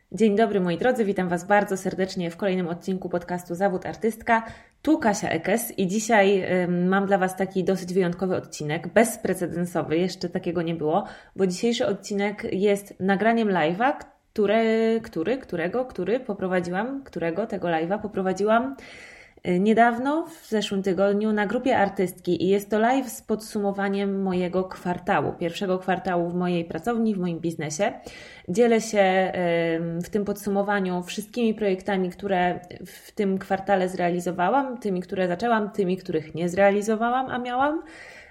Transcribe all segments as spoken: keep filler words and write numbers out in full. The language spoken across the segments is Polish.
Dzień dobry moi drodzy, witam Was bardzo serdecznie w kolejnym odcinku podcastu Zawód Artystka. Tu Kasia Ekes i dzisiaj y, mam dla Was taki dosyć wyjątkowy odcinek, bezprecedensowy, jeszcze takiego nie było, bo dzisiejszy odcinek jest nagraniem live'a, który, który, którego, który poprowadziłam, którego tego live'a poprowadziłam niedawno, w zeszłym tygodniu na grupie artystki i jest to live z podsumowaniem mojego kwartału, pierwszego kwartału w mojej pracowni, w moim biznesie. Dzielę się w tym podsumowaniu wszystkimi projektami, które w tym kwartale zrealizowałam, tymi, które zaczęłam, tymi, których nie zrealizowałam, a miałam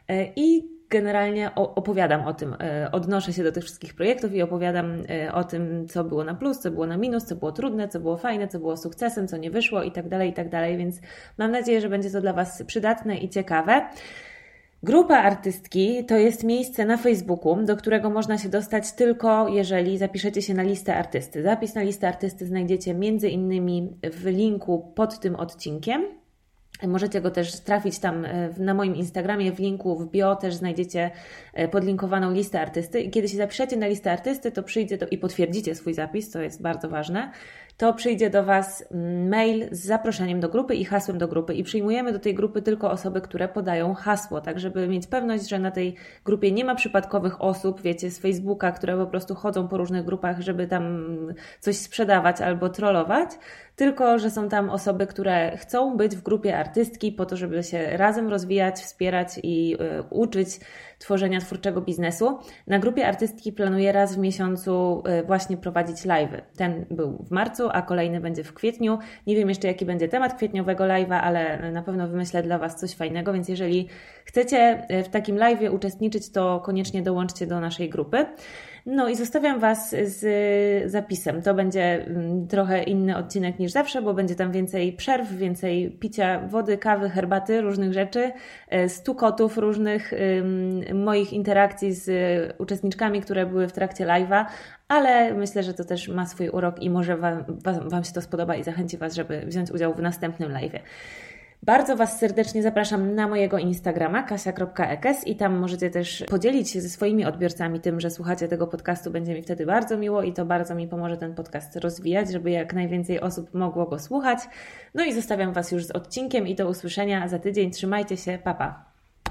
i generalnie opowiadam o tym, odnoszę się do tych wszystkich projektów i opowiadam o tym, co było na plus, co było na minus, co było trudne, co było fajne, co było sukcesem, co nie wyszło i tak dalej, i tak dalej, więc mam nadzieję, że będzie to dla Was przydatne i ciekawe. Grupa artystki to jest miejsce na Facebooku, do którego można się dostać tylko jeżeli zapiszecie się na listę artysty. Zapis na listę artysty znajdziecie między innymi w linku pod tym odcinkiem. Możecie go też trafić tam na moim Instagramie, w linku w bio też znajdziecie podlinkowaną listę artysty i kiedy się zapiszecie na listę artysty, to przyjdzie do, i potwierdzicie swój zapis, to jest bardzo ważne, to przyjdzie do Was mail z zaproszeniem do grupy i hasłem do grupy i przyjmujemy do tej grupy tylko osoby, które podają hasło, tak żeby mieć pewność, że na tej grupie nie ma przypadkowych osób, wiecie, z Facebooka, które po prostu chodzą po różnych grupach, żeby tam coś sprzedawać albo trollować, tylko że są tam osoby, które chcą być w grupie artystki po to, żeby się razem rozwijać, wspierać i y, uczyć tworzenia twórczego biznesu. Na grupie artystki planuję raz w miesiącu y, właśnie prowadzić live'y. Ten był w marcu, a kolejny będzie w kwietniu. Nie wiem jeszcze jaki będzie temat kwietniowego live'a, ale na pewno wymyślę dla Was coś fajnego, więc jeżeli chcecie w takim live'ie uczestniczyć, to koniecznie dołączcie do naszej grupy. No i zostawiam Was z zapisem. To będzie trochę inny odcinek niż zawsze, bo będzie tam więcej przerw, więcej picia wody, kawy, herbaty, różnych rzeczy, stukotów, różnych moich interakcji z uczestniczkami, które były w trakcie live'a, ale myślę, że to też ma swój urok i może wam, wam się to spodoba i zachęci Was, żeby wziąć udział w następnym live'ie. Bardzo Was serdecznie zapraszam na mojego Instagrama kasia kropka ekes i tam możecie też podzielić się ze swoimi odbiorcami tym, że słuchacie tego podcastu. Będzie mi wtedy bardzo miło i to bardzo mi pomoże ten podcast rozwijać, żeby jak najwięcej osób mogło go słuchać. No i zostawiam Was już z odcinkiem i do usłyszenia za tydzień. Trzymajcie się, pa pa.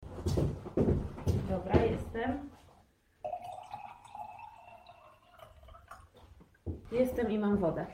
Dobra, jestem. Jestem i mam wodę.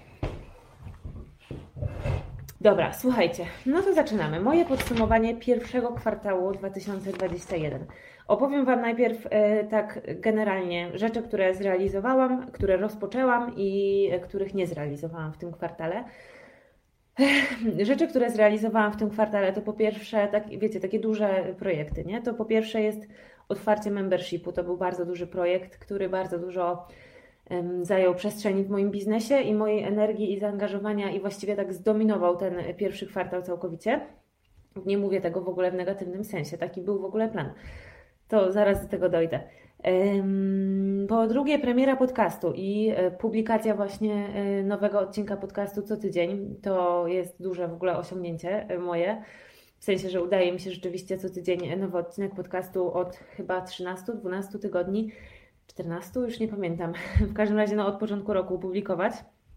Dobra, słuchajcie, no to zaczynamy. Moje podsumowanie pierwszego kwartału dwa tysiące dwudziestego pierwszego. Opowiem Wam najpierw e, tak generalnie rzeczy, które zrealizowałam, które rozpoczęłam i e, których nie zrealizowałam w tym kwartale. Rzeczy, które zrealizowałam w tym kwartale to po pierwsze, tak, wiecie, takie duże projekty, nie? To po pierwsze jest otwarcie membershipu. To był bardzo duży projekt, który bardzo dużo zajął przestrzeni w moim biznesie i mojej energii i zaangażowania i właściwie tak zdominował ten pierwszy kwartał całkowicie. Nie mówię tego w ogóle w negatywnym sensie, taki był w ogóle plan. To zaraz do tego dojdę. Po drugie, premiera podcastu i publikacja właśnie nowego odcinka podcastu co tydzień. To jest duże w ogóle osiągnięcie moje. W sensie, że udaje mi się rzeczywiście co tydzień nowy odcinek podcastu od chyba trzynastu dwunastu tygodni. czternastu, już nie pamiętam, w każdym razie no, od początku roku publikować.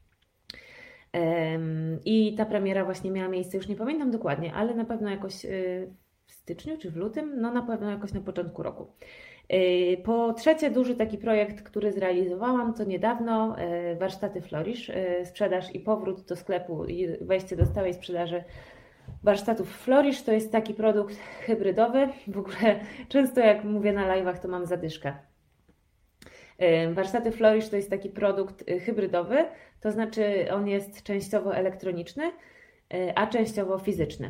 Um, I ta premiera właśnie miała miejsce, już nie pamiętam dokładnie, ale na pewno jakoś yy, w styczniu czy w lutym, no na pewno jakoś na początku roku. Yy, po trzecie, duży taki projekt, który zrealizowałam, to niedawno, yy, warsztaty Flourish, yy, sprzedaż i powrót do sklepu i wejście do stałej sprzedaży warsztatów Flourish. To jest taki produkt hybrydowy, w ogóle często jak mówię na live'ach, to mam zadyszkę. Warsztaty Flourish to jest taki produkt hybrydowy, to znaczy on jest częściowo elektroniczny, a częściowo fizyczny.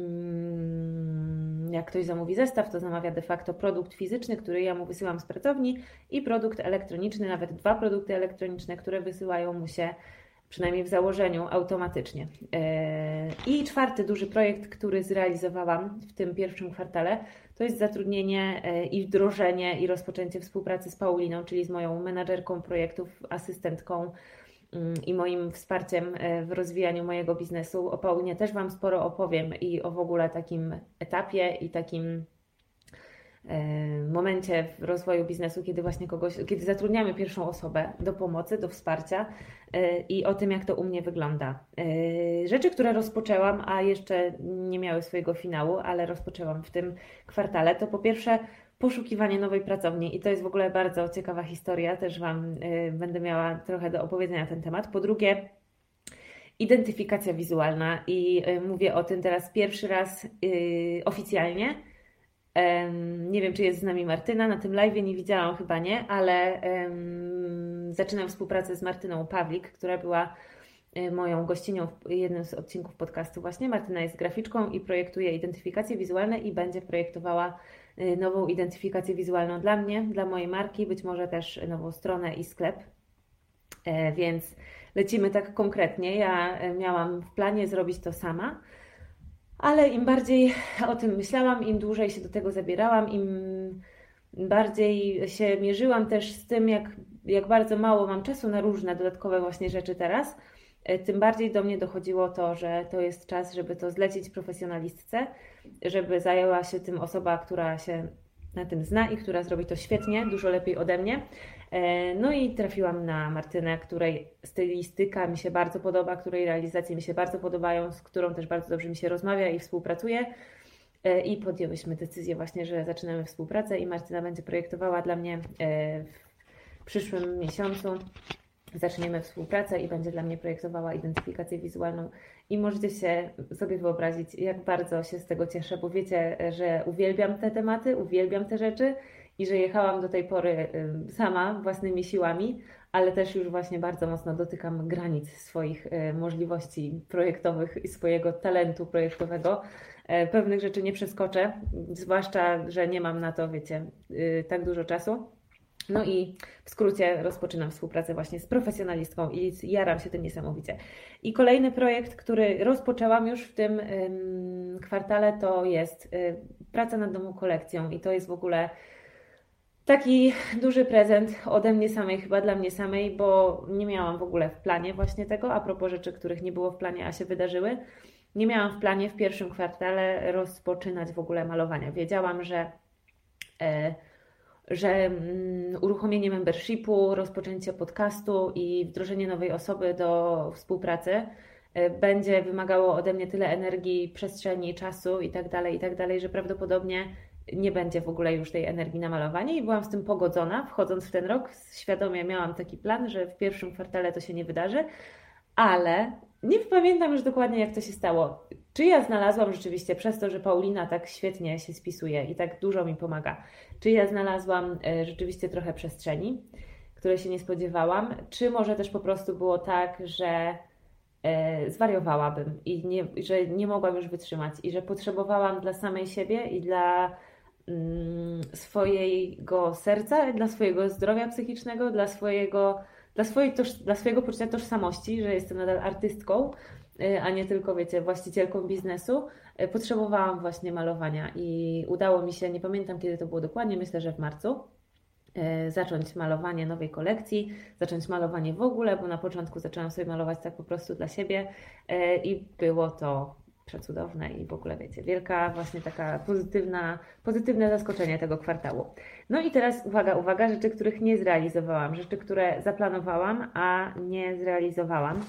Jak ktoś zamówi zestaw, to zamawia de facto produkt fizyczny, który ja mu wysyłam z pracowni i produkt elektroniczny, nawet dwa produkty elektroniczne, które wysyłają mu się przynajmniej w założeniu automatycznie. I czwarty duży projekt, który zrealizowałam w tym pierwszym kwartale, to jest zatrudnienie i wdrożenie i rozpoczęcie współpracy z Pauliną, czyli z moją menadżerką projektów, asystentką i moim wsparciem w rozwijaniu mojego biznesu. O Paulinie też Wam sporo opowiem i o w ogóle takim etapie i takim momencie w rozwoju biznesu, kiedy właśnie kogoś, kiedy zatrudniamy pierwszą osobę do pomocy, do wsparcia i o tym, jak to u mnie wygląda. Rzeczy, które rozpoczęłam, a jeszcze nie miały swojego finału, ale rozpoczęłam w tym kwartale, to po pierwsze poszukiwanie nowej pracowni i to jest w ogóle bardzo ciekawa historia, też Wam będę miała trochę do opowiedzenia na ten temat. Po drugie, identyfikacja wizualna i mówię o tym teraz pierwszy raz oficjalnie. Nie wiem, czy jest z nami Martyna, na tym live'ie nie widziałam, chyba nie, ale um, zaczynam współpracę z Martyną Pawlik, która była moją gościnią w jednym z odcinków podcastu właśnie. Martyna jest graficzką i projektuje identyfikacje wizualne i będzie projektowała nową identyfikację wizualną dla mnie, dla mojej marki, być może też nową stronę i sklep, więc lecimy tak konkretnie. Ja miałam w planie zrobić to sama, ale im bardziej o tym myślałam, im dłużej się do tego zabierałam, im bardziej się mierzyłam też z tym, jak, jak bardzo mało mam czasu na różne dodatkowe właśnie rzeczy teraz, tym bardziej do mnie dochodziło to, że to jest czas, żeby to zlecić profesjonalistce, żeby zajęła się tym osoba, która się na tym zna i która zrobi to świetnie, dużo lepiej ode mnie. No i trafiłam na Martynę, której stylistyka mi się bardzo podoba, której realizacje mi się bardzo podobają, z którą też bardzo dobrze mi się rozmawia i współpracuje. I podjęłyśmy decyzję właśnie, że zaczynamy współpracę i Martyna będzie projektowała dla mnie w przyszłym miesiącu. Zaczniemy współpracę i będzie dla mnie projektowała identyfikację wizualną i możecie się sobie wyobrazić, jak bardzo się z tego cieszę, bo wiecie, że uwielbiam te tematy, uwielbiam te rzeczy i że jechałam do tej pory sama, własnymi siłami, ale też już właśnie bardzo mocno dotykam granic swoich możliwości projektowych i swojego talentu projektowego. Pewnych rzeczy nie przeskoczę, zwłaszcza, że nie mam na to, wiecie, tak dużo czasu. No i w skrócie rozpoczynam współpracę właśnie z profesjonalistką i jaram się tym niesamowicie. I kolejny projekt, który rozpoczęłam już w tym ym, kwartale, to jest y, praca nad nową kolekcją i to jest w ogóle taki duży prezent ode mnie samej, chyba dla mnie samej, bo nie miałam w ogóle w planie właśnie tego, a propos rzeczy, których nie było w planie, a się wydarzyły. Nie miałam w planie w pierwszym kwartale rozpoczynać w ogóle malowania. Wiedziałam, że... Y, że uruchomienie membershipu, rozpoczęcie podcastu i wdrożenie nowej osoby do współpracy będzie wymagało ode mnie tyle energii, przestrzeni, czasu i tak dalej, i tak dalej, że prawdopodobnie nie będzie w ogóle już tej energii na malowanie i byłam z tym pogodzona, wchodząc w ten rok. Świadomie miałam taki plan, że w pierwszym kwartale to się nie wydarzy, ale nie pamiętam już dokładnie, jak to się stało. Czy ja znalazłam rzeczywiście, przez to, że Paulina tak świetnie się spisuje i tak dużo mi pomaga, czy ja znalazłam rzeczywiście trochę przestrzeni, której się nie spodziewałam, czy może też po prostu było tak, że zwariowałabym i nie, że nie mogłam już wytrzymać i że potrzebowałam dla samej siebie i dla mm, swojego serca, dla swojego zdrowia psychicznego, dla swojego Dla, swojej toż, dla swojego poczucia tożsamości, że jestem nadal artystką, a nie tylko, wiecie, właścicielką biznesu, potrzebowałam właśnie malowania i udało mi się, nie pamiętam kiedy to było dokładnie, myślę, że w marcu, zacząć malowanie nowej kolekcji, zacząć malowanie w ogóle, bo na początku zaczęłam sobie malować tak po prostu dla siebie i było to przecudowne i w ogóle, wiecie, wielka właśnie taka pozytywna, pozytywne zaskoczenie tego kwartału. No i teraz uwaga, uwaga, rzeczy, których nie zrealizowałam, rzeczy, które zaplanowałam, a nie zrealizowałam,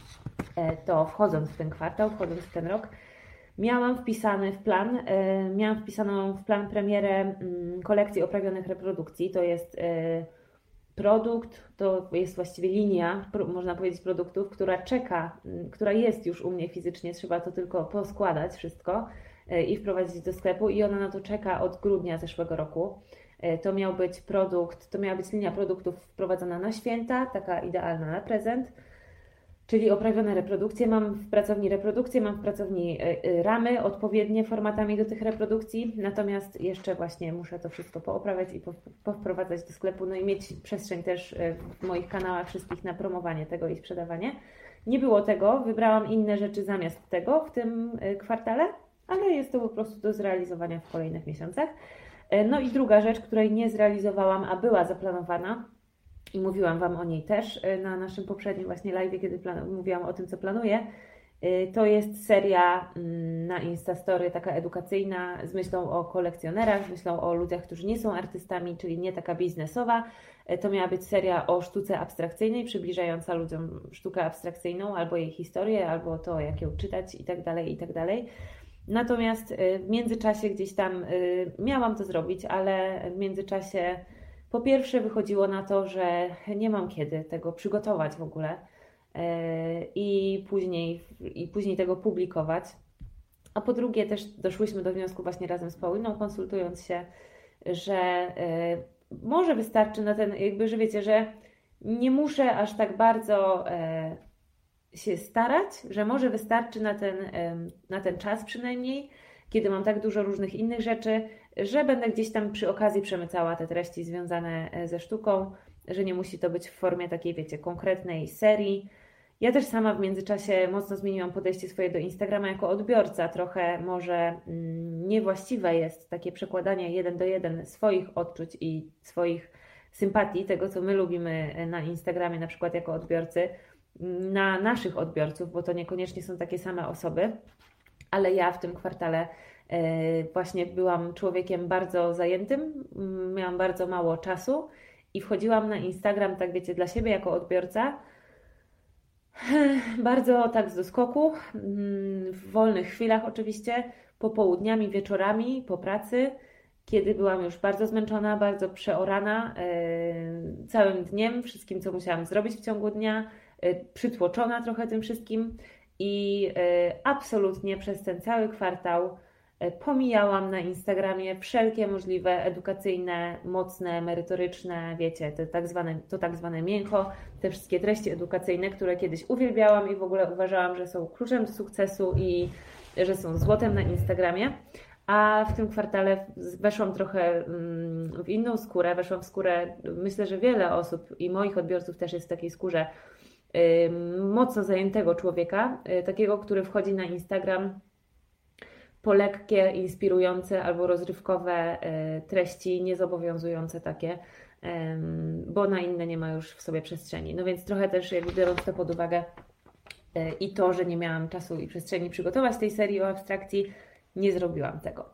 to wchodząc w ten kwartał, wchodząc w ten rok, miałam wpisany w plan, miałam wpisaną w plan premierę kolekcji oprawionych reprodukcji, to jest produkt, to jest właściwie linia, można powiedzieć, produktów, która czeka, która jest już u mnie fizycznie, trzeba to tylko poskładać wszystko i wprowadzić do sklepu i ona na to czeka od grudnia zeszłego roku. To miał być produkt, to miała być linia produktów wprowadzona na święta, taka idealna na prezent, czyli oprawione reprodukcje. Mam w pracowni reprodukcje, mam w pracowni ramy odpowiednie formatami do tych reprodukcji, natomiast jeszcze właśnie muszę to wszystko pooprawiać i powprowadzać do sklepu, no i mieć przestrzeń też w moich kanałach wszystkich na promowanie tego i sprzedawanie. Nie było tego, wybrałam inne rzeczy zamiast tego w tym kwartale, ale jest to po prostu do zrealizowania w kolejnych miesiącach. No i druga rzecz, której nie zrealizowałam, a była zaplanowana, i mówiłam Wam o niej też na naszym poprzednim właśnie live, kiedy plan- mówiłam o tym, co planuję, To jest seria na Instastory taka edukacyjna z myślą o kolekcjonerach, z myślą o ludziach, którzy nie są artystami, czyli nie taka biznesowa. To miała być seria o sztuce abstrakcyjnej, przybliżająca ludziom sztukę abstrakcyjną, albo jej historię, albo to, jak ją czytać i tak dalej, i tak dalej. Natomiast w międzyczasie gdzieś tam miałam to zrobić, ale w międzyczasie po pierwsze wychodziło na to, że nie mam kiedy tego przygotować w ogóle i później, i później tego publikować. A po drugie też doszłyśmy do wniosku właśnie razem z Pauliną, konsultując się, że może wystarczy na ten, jakby, że wiecie, że nie muszę aż tak bardzo się starać, że może wystarczy na ten, na ten czas przynajmniej, kiedy mam tak dużo różnych innych rzeczy, że będę gdzieś tam przy okazji przemycała te treści związane ze sztuką, że nie musi to być w formie takiej, wiecie, konkretnej serii. Ja też sama w międzyczasie mocno zmieniłam podejście swoje do Instagrama jako odbiorca. Trochę może niewłaściwe jest takie przekładanie jeden do jeden swoich odczuć i swoich sympatii, tego co my lubimy na Instagramie na przykład jako odbiorcy, na naszych odbiorców, bo to niekoniecznie są takie same osoby, ale ja w tym kwartale właśnie byłam człowiekiem bardzo zajętym, miałam bardzo mało czasu i wchodziłam na Instagram, tak wiecie, dla siebie jako odbiorca, bardzo tak z doskoku, w wolnych chwilach oczywiście, popołudniami, wieczorami, po pracy, kiedy byłam już bardzo zmęczona, bardzo przeorana yy, całym dniem, wszystkim co musiałam zrobić w ciągu dnia, yy, przytłoczona trochę tym wszystkim i yy, absolutnie przez ten cały kwartał yy, pomijałam na Instagramie wszelkie możliwe edukacyjne, mocne, merytoryczne, wiecie, to tak zwane, to tak zwane mięcho, te wszystkie treści edukacyjne, które kiedyś uwielbiałam i w ogóle uważałam, że są kluczem do sukcesu i że są złotem na Instagramie. A w tym kwartale weszłam trochę w inną skórę, weszłam w skórę, myślę, że wiele osób i moich odbiorców też jest w takiej skórze mocno zajętego człowieka, takiego, który wchodzi na Instagram po lekkie, inspirujące albo rozrywkowe treści, niezobowiązujące takie, bo na inne nie ma już w sobie przestrzeni. No więc trochę też jakby biorąc to pod uwagę i to, że nie miałam czasu i przestrzeni przygotować tej serii o abstrakcji, nie zrobiłam tego.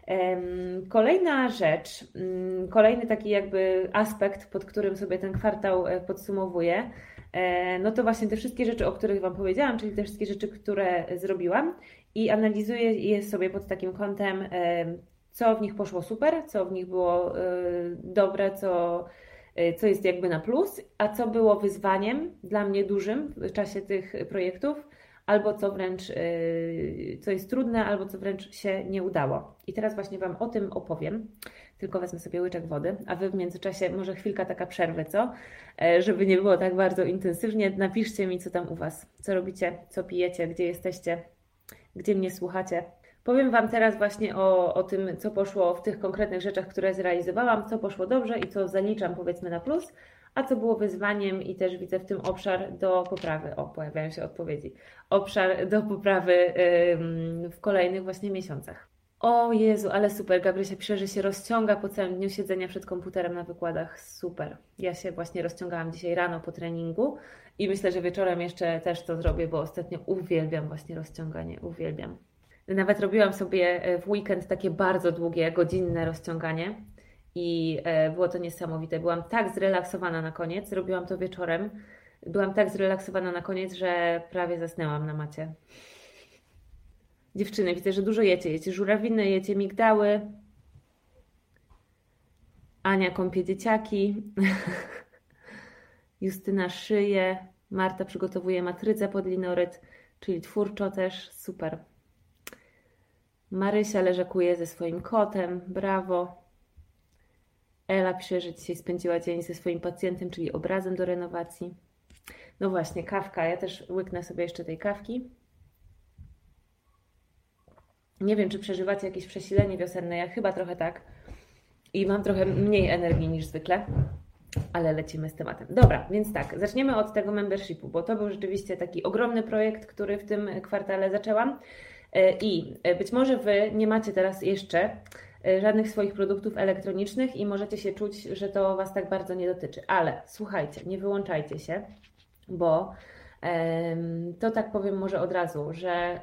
Kolejna rzecz, kolejny taki jakby aspekt, pod którym sobie ten kwartał podsumowuję, no to właśnie te wszystkie rzeczy, o których Wam powiedziałam, czyli te wszystkie rzeczy, które zrobiłam i analizuję je sobie pod takim kątem, co w nich poszło super, co w nich było dobre, co, co jest jakby na plus, a co było wyzwaniem dla mnie dużym w czasie tych projektów, albo co wręcz, co jest trudne, albo co wręcz się nie udało. I teraz właśnie Wam o tym opowiem, tylko wezmę sobie łyczek wody, a Wy w międzyczasie może chwilka taka przerwy, co? Żeby nie było tak bardzo intensywnie, napiszcie mi, co tam u Was, co robicie, co pijecie, gdzie jesteście, gdzie mnie słuchacie. Powiem Wam teraz właśnie o, o tym, co poszło w tych konkretnych rzeczach, które zrealizowałam, co poszło dobrze i co zaliczam powiedzmy na plus, a co było wyzwaniem i też widzę w tym obszar do poprawy. O, pojawiają się odpowiedzi. Obszar do poprawy ym, w kolejnych właśnie miesiącach. O Jezu, ale super. Gabrysia pisze, że się rozciąga po całym dniu siedzenia przed komputerem na wykładach. Super. Ja się właśnie rozciągałam dzisiaj rano po treningu i myślę, że wieczorem jeszcze też to zrobię, bo ostatnio uwielbiam właśnie rozciąganie. Uwielbiam. Nawet robiłam sobie w weekend takie bardzo długie, godzinne rozciąganie. I było to niesamowite. Byłam tak zrelaksowana na koniec, robiłam to wieczorem. Byłam tak zrelaksowana na koniec, że prawie zasnęłam na macie. Dziewczyny, widzę, że dużo jecie. Jecie żurawiny, jecie migdały. Ania kąpie dzieciaki. Justyna szyje. Marta przygotowuje matrycę pod linoryt, czyli twórczo też. Super. Marysia leżakuje ze swoim kotem. Brawo. Ela pisze, że dzisiaj spędziła dzień ze swoim pacjentem, czyli obrazem do renowacji. No właśnie, kawka. Ja też łyknę sobie jeszcze tej kawki. Nie wiem, czy przeżywacie jakieś przesilenie wiosenne. Ja chyba trochę tak. I mam trochę mniej energii niż zwykle. Ale lecimy z tematem. Dobra, więc tak, zaczniemy od tego membershipu, bo to był rzeczywiście taki ogromny projekt, który w tym kwartale zaczęłam. I być może Wy nie macie teraz jeszcze żadnych swoich produktów elektronicznych i możecie się czuć, że to Was tak bardzo nie dotyczy. Ale słuchajcie, nie wyłączajcie się, bo To tak powiem może od razu, że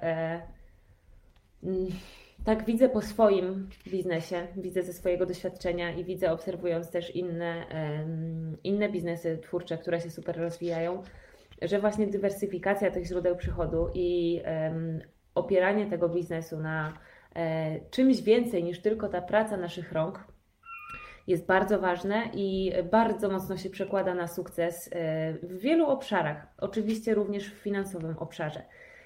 tak widzę po swoim biznesie, widzę ze swojego doświadczenia i widzę obserwując też inne, inne biznesy twórcze, które się super rozwijają, że właśnie dywersyfikacja tych źródeł przychodu i opieranie tego biznesu na czymś więcej niż tylko ta praca naszych rąk jest bardzo ważne i bardzo mocno się przekłada na sukces w wielu obszarach, oczywiście również w finansowym obszarze.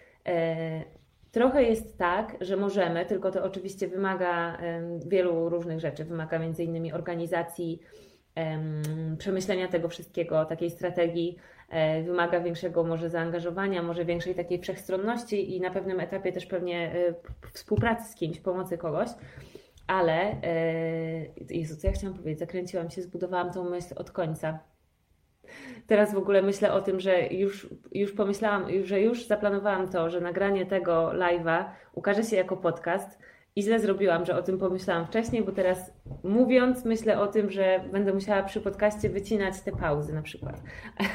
Trochę jest tak, że możemy, tylko to oczywiście wymaga wielu różnych rzeczy, wymaga między innymi organizacji, przemyślenia tego wszystkiego, takiej strategii, wymaga większego może zaangażowania, może większej takiej wszechstronności i na pewnym etapie też pewnie współpracy z kimś, pomocy kogoś. Ale, Jezu, co ja chciałam powiedzieć? Zakręciłam się, zbudowałam tą myśl od końca. Teraz w ogóle myślę o tym, że już, już pomyślałam, że już zaplanowałam to, że nagranie tego live'a ukaże się jako podcast i źle zrobiłam, że o tym pomyślałam wcześniej, bo teraz mówiąc myślę o tym, że będę musiała przy podcaście wycinać te pauzy na przykład.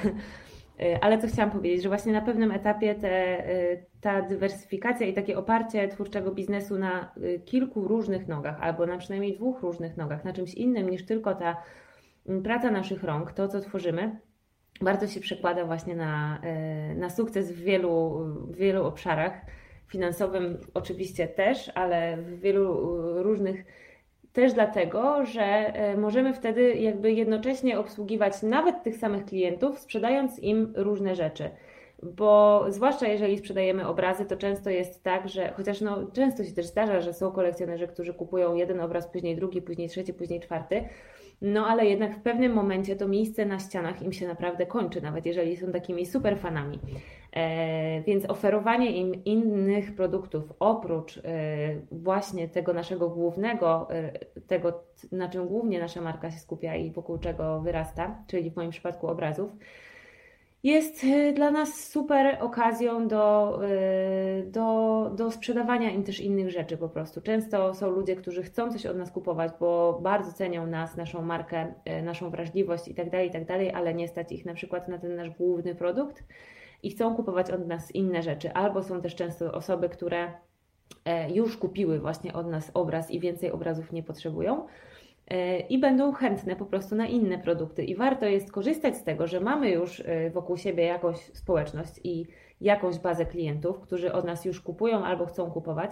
Ale co chciałam powiedzieć, że właśnie na pewnym etapie te, ta dywersyfikacja i takie oparcie twórczego biznesu na kilku różnych nogach, albo na przynajmniej dwóch różnych nogach, na czymś innym niż tylko ta praca naszych rąk, to co tworzymy, bardzo się przekłada właśnie na, na sukces w wielu, w wielu obszarach. Finansowym oczywiście też, ale w wielu różnych też dlatego, że możemy wtedy jakby jednocześnie obsługiwać nawet tych samych klientów, sprzedając im różne rzeczy. Bo zwłaszcza jeżeli sprzedajemy obrazy, to często jest tak, że chociaż no, często się też zdarza, że są kolekcjonerzy, którzy kupują jeden obraz, później drugi, później trzeci, później czwarty, no ale jednak w pewnym momencie to miejsce na ścianach im się naprawdę kończy, nawet jeżeli są takimi super fanami. E, więc oferowanie im innych produktów oprócz e, właśnie tego naszego głównego, e, tego na czym głównie nasza marka się skupia i wokół czego wyrasta, czyli w moim przypadku obrazów, jest dla nas super okazją do, do, do sprzedawania im też innych rzeczy po prostu. Często są ludzie, którzy chcą coś od nas kupować, bo bardzo cenią nas, naszą markę, naszą wrażliwość i tak dalej, i tak dalej, ale nie stać ich na przykład na ten nasz główny produkt i chcą kupować od nas inne rzeczy. Albo są też często osoby, które już kupiły właśnie od nas obraz i więcej obrazów nie potrzebują i będą chętne po prostu na inne produkty. I warto jest korzystać z tego, że mamy już wokół siebie jakąś społeczność i jakąś bazę klientów, którzy od nas już kupują albo chcą kupować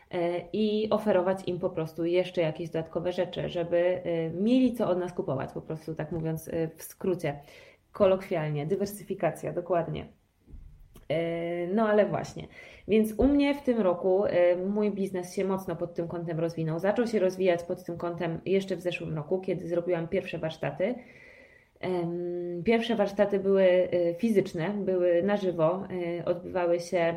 i oferować im po prostu jeszcze jakieś dodatkowe rzeczy, żeby mieli co od nas kupować, po prostu tak mówiąc w skrócie, kolokwialnie, dywersyfikacja, dokładnie. No ale właśnie, więc u mnie w tym roku mój biznes się mocno pod tym kątem rozwinął. Zaczął się rozwijać pod tym kątem jeszcze w zeszłym roku, kiedy zrobiłam pierwsze warsztaty. Pierwsze warsztaty były fizyczne, były na żywo, odbywały się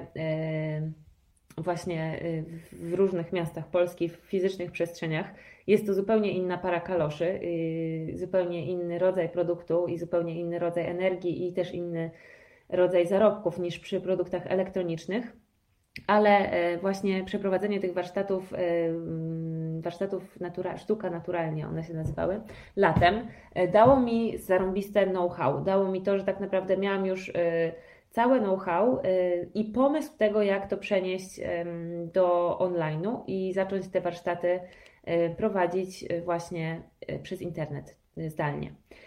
właśnie w różnych miastach Polski, w fizycznych przestrzeniach. Jest to zupełnie inna para kaloszy, zupełnie inny rodzaj produktu i zupełnie inny rodzaj energii i też inny rodzaj zarobków niż przy produktach elektronicznych, ale właśnie przeprowadzenie tych warsztatów, warsztatów natura, sztuka naturalnie one się nazywały, latem, dało mi zarąbiste know-how, dało mi to, że tak naprawdę miałam już całe know-how i pomysł tego, jak to przenieść do online'u i zacząć te warsztaty prowadzić właśnie przez internet zdalnie.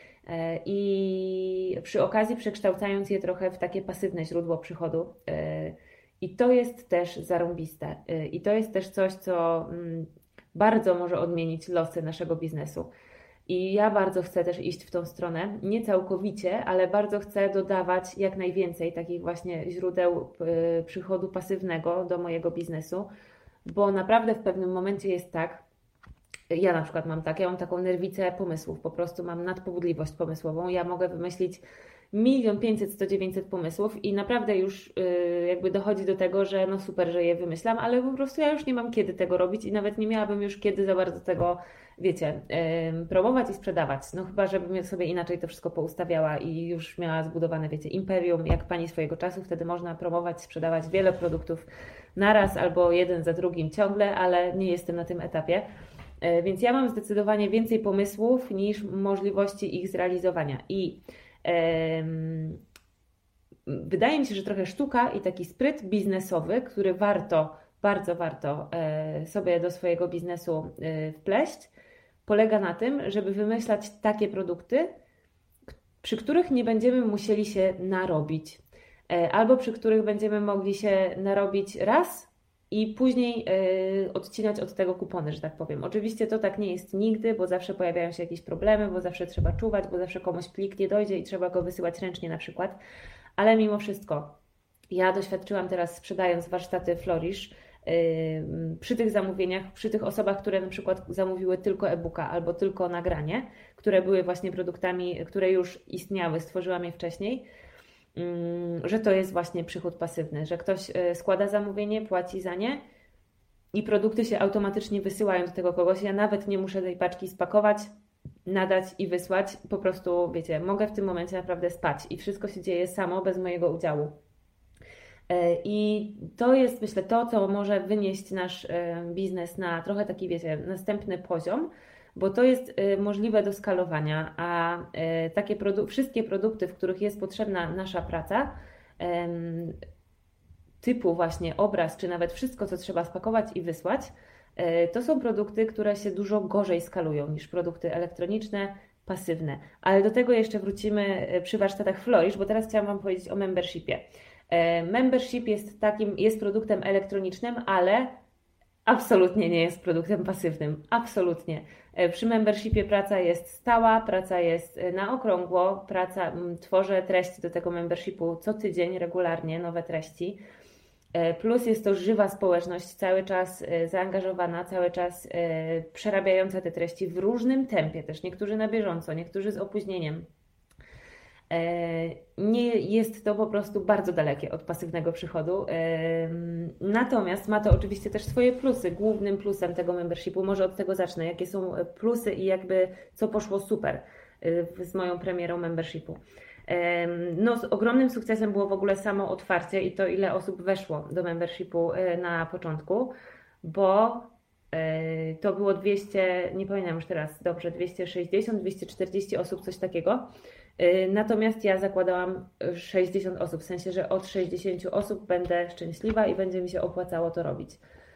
I przy okazji przekształcając je trochę w takie pasywne źródło przychodu. I to jest też zarąbiste. I to jest też coś, co bardzo może odmienić losy naszego biznesu. I ja bardzo chcę też iść w tą stronę, nie całkowicie, ale bardzo chcę dodawać jak najwięcej takich właśnie źródeł przychodu pasywnego do mojego biznesu, bo naprawdę w pewnym momencie jest tak, ja na przykład mam tak, ja mam taką nerwicę pomysłów, po prostu mam nadpobudliwość pomysłową, ja mogę wymyślić milion pięćset, sto, dziewięćset pomysłów i naprawdę już yy, jakby dochodzi do tego, że no super, że je wymyślam, ale po prostu ja już nie mam kiedy tego robić i nawet nie miałabym już kiedy za bardzo tego, wiecie, yy, promować i sprzedawać. No chyba, żebym sobie inaczej to wszystko poustawiała i już miała zbudowane, wiecie, imperium, jak pani swojego czasu, wtedy można promować, sprzedawać wiele produktów naraz albo jeden za drugim ciągle, ale nie jestem na tym etapie. Więc ja mam zdecydowanie więcej pomysłów niż możliwości ich zrealizowania. I wydaje mi się, że trochę sztuka i taki spryt biznesowy, który warto, bardzo warto sobie do swojego biznesu wpleść, polega na tym, żeby wymyślać takie produkty, przy których nie będziemy musieli się narobić, albo przy których będziemy mogli się narobić raz i później odcinać od tego kupony, że tak powiem. Oczywiście to tak nie jest nigdy, bo zawsze pojawiają się jakieś problemy, bo zawsze trzeba czuwać, bo zawsze komuś plik nie dojdzie i trzeba go wysyłać ręcznie na przykład, ale mimo wszystko ja doświadczyłam teraz, sprzedając warsztaty Flourish, przy tych zamówieniach, przy tych osobach, które na przykład zamówiły tylko e-booka albo tylko nagranie, które były właśnie produktami, które już istniały, stworzyłam je wcześniej, że to jest właśnie przychód pasywny, że ktoś składa zamówienie, płaci za nie i produkty się automatycznie wysyłają do tego kogoś. Ja nawet nie muszę tej paczki spakować, nadać i wysłać. Po prostu, wiecie, mogę w tym momencie naprawdę spać i wszystko się dzieje samo, bez mojego udziału. I to jest, myślę, to, co może wynieść nasz biznes na trochę taki, wiecie, następny poziom, bo to jest możliwe do skalowania, a takie produ- wszystkie produkty, w których jest potrzebna nasza praca, typu właśnie obraz, czy nawet wszystko, co trzeba spakować i wysłać, to są produkty, które się dużo gorzej skalują niż produkty elektroniczne, pasywne. Ale do tego jeszcze wrócimy przy warsztatach Flourish, bo teraz chciałam Wam powiedzieć o membershipie. Membership jest takim, jest produktem elektronicznym, ale absolutnie nie jest produktem pasywnym. Absolutnie. Przy membershipie praca jest stała, praca jest na okrągło, praca, tworzę treści do tego membershipu co tydzień, regularnie, nowe treści. Plus jest to żywa społeczność, cały czas zaangażowana, cały czas przerabiająca te treści w różnym tempie, też niektórzy na bieżąco, niektórzy z opóźnieniem. Nie jest to po prostu bardzo dalekie od pasywnego przychodu. Natomiast ma to oczywiście też swoje plusy. Głównym plusem tego membershipu, może od tego zacznę, jakie są plusy i jakby co poszło super z moją premierą membershipu. No, z ogromnym sukcesem było w ogóle samo otwarcie i to, ile osób weszło do membershipu na początku, bo to było dwieście, nie pamiętam już teraz dobrze, dwieście sześćdziesiąt, dwieście czterdzieści osób, coś takiego. Natomiast ja zakładałam sześćdziesiąt osób, w sensie, że od sześćdziesięciu osób będę szczęśliwa i będzie mi się opłacało to robić.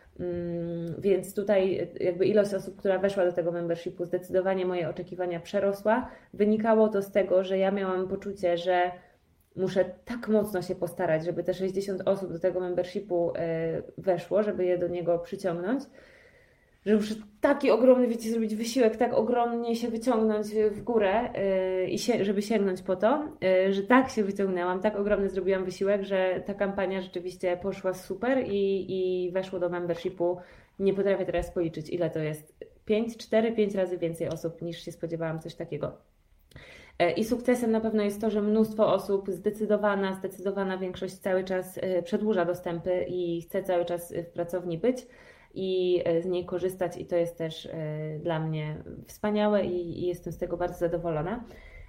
Więc tutaj jakby ilość osób, która weszła do tego membershipu, zdecydowanie moje oczekiwania przerosła. Wynikało to z tego, że ja miałam poczucie, że muszę tak mocno się postarać, żeby te sześćdziesiąt osób do tego membershipu weszło, żeby je do niego przyciągnąć, że muszę taki ogromny, wiecie, zrobić wysiłek, tak ogromnie się wyciągnąć w górę, yy, i się, żeby sięgnąć po to, yy, że tak się wyciągnęłam, tak ogromny zrobiłam wysiłek, że ta kampania rzeczywiście poszła super i, i weszło do membershipu. Nie potrafię teraz policzyć, ile to jest. pięć, cztery, pięć razy więcej osób niż się spodziewałam, coś takiego. Yy, I sukcesem na pewno jest to, że mnóstwo osób, zdecydowana, zdecydowana większość cały czas yy, przedłuża dostępy i chce cały czas w pracowni być i z niej korzystać i to jest też dla mnie wspaniałe i jestem z tego bardzo zadowolona.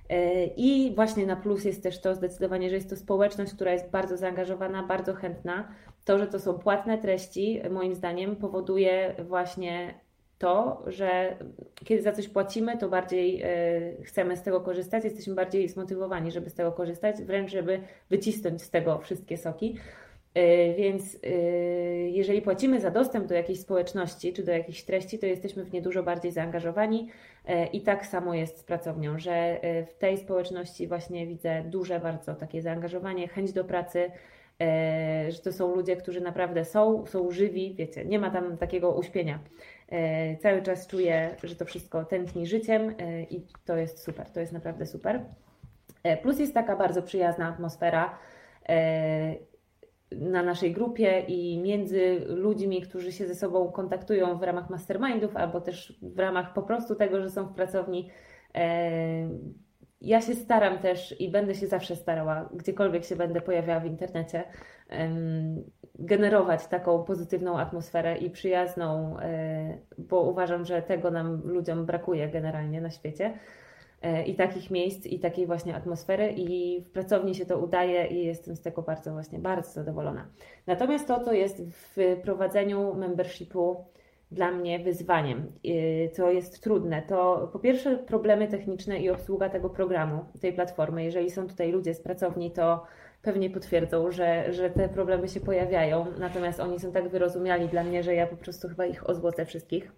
I właśnie na plus jest też to zdecydowanie, że jest to społeczność, która jest bardzo zaangażowana, bardzo chętna. To, że to są płatne treści, moim zdaniem powoduje właśnie to, że kiedy za coś płacimy, to bardziej chcemy z tego korzystać, jesteśmy bardziej zmotywowani, żeby z tego korzystać, wręcz żeby wycisnąć z tego wszystkie soki. Więc jeżeli płacimy za dostęp do jakiejś społeczności czy do jakichś treści, to jesteśmy w nie dużo bardziej zaangażowani i tak samo jest z pracownią, że w tej społeczności właśnie widzę duże bardzo takie zaangażowanie, chęć do pracy, że to są ludzie, którzy naprawdę są, są żywi, wiecie, nie ma tam takiego uśpienia. Cały czas czuję, że to wszystko tętni życiem i to jest super, to jest naprawdę super. Plus jest taka bardzo przyjazna atmosfera na naszej grupie i między ludźmi, którzy się ze sobą kontaktują w ramach mastermindów albo też w ramach po prostu tego, że są w pracowni. Ja się staram też i będę się zawsze starała, gdziekolwiek się będę pojawiała w internecie, generować taką pozytywną atmosferę i przyjazną, bo uważam, że tego nam ludziom brakuje generalnie na świecie. I takich miejsc, i takiej właśnie atmosfery i w pracowni się to udaje i jestem z tego bardzo właśnie, bardzo zadowolona. Natomiast to, co jest w prowadzeniu membershipu dla mnie wyzwaniem, co jest trudne, to po pierwsze problemy techniczne i obsługa tego programu, tej platformy. Jeżeli są tutaj ludzie z pracowni, to pewnie potwierdzą, że, że te problemy się pojawiają, natomiast oni są tak wyrozumiali dla mnie, że ja po prostu chyba ich ozłocę wszystkich.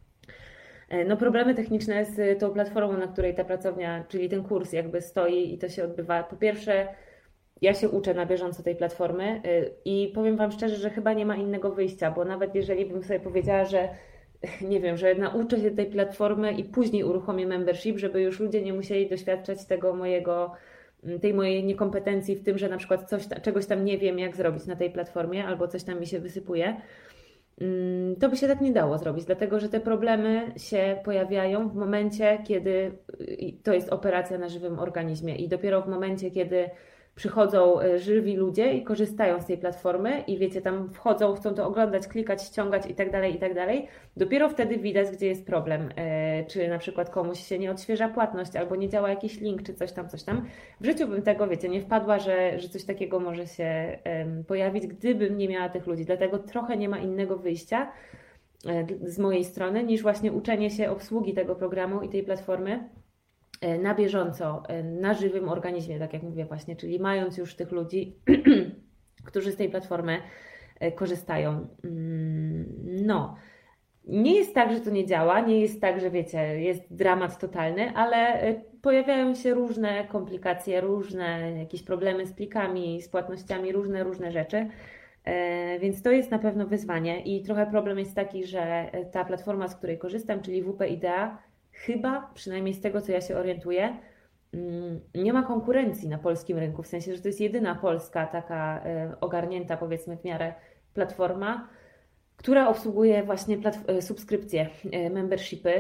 No problemy techniczne z tą platformą, na której ta pracownia, czyli ten kurs jakby stoi i to się odbywa. Po pierwsze, ja się uczę na bieżąco tej platformy i powiem Wam szczerze, że chyba nie ma innego wyjścia, bo nawet jeżeli bym sobie powiedziała, że nie wiem, że nauczę się tej platformy i później uruchomię membership, żeby już ludzie nie musieli doświadczać tego mojego, tej mojej niekompetencji w tym, że na przykład coś, czegoś tam nie wiem, jak zrobić na tej platformie, albo coś tam mi się wysypuje, to by się tak nie dało zrobić, dlatego że te problemy się pojawiają w momencie, kiedy to jest operacja na żywym organizmie i dopiero w momencie, kiedy przychodzą żywi ludzie i korzystają z tej platformy i wiecie, tam wchodzą, chcą to oglądać, klikać, ściągać i tak dalej, i tak dalej. Dopiero wtedy widać, gdzie jest problem. Czy na przykład komuś się nie odświeża płatność, albo nie działa jakiś link, czy coś tam, coś tam. W życiu bym tego, wiecie, nie wpadła, że, że coś takiego może się pojawić, gdybym nie miała tych ludzi. Dlatego trochę nie ma innego wyjścia z mojej strony, niż właśnie uczenie się obsługi tego programu i tej platformy na bieżąco, na żywym organizmie, tak jak mówię właśnie, czyli mając już tych ludzi, którzy z tej platformy korzystają. No, nie jest tak, że to nie działa, nie jest tak, że wiecie, jest dramat totalny, ale pojawiają się różne komplikacje, różne jakieś problemy z plikami, z płatnościami, różne, różne rzeczy. Więc to jest na pewno wyzwanie i trochę problem jest taki, że ta platforma, z której korzystam, czyli W P Idea, chyba, przynajmniej z tego, co ja się orientuję, nie ma konkurencji na polskim rynku, w sensie, że to jest jedyna polska taka ogarnięta, powiedzmy w miarę platforma, która obsługuje właśnie subskrypcje, membershipy.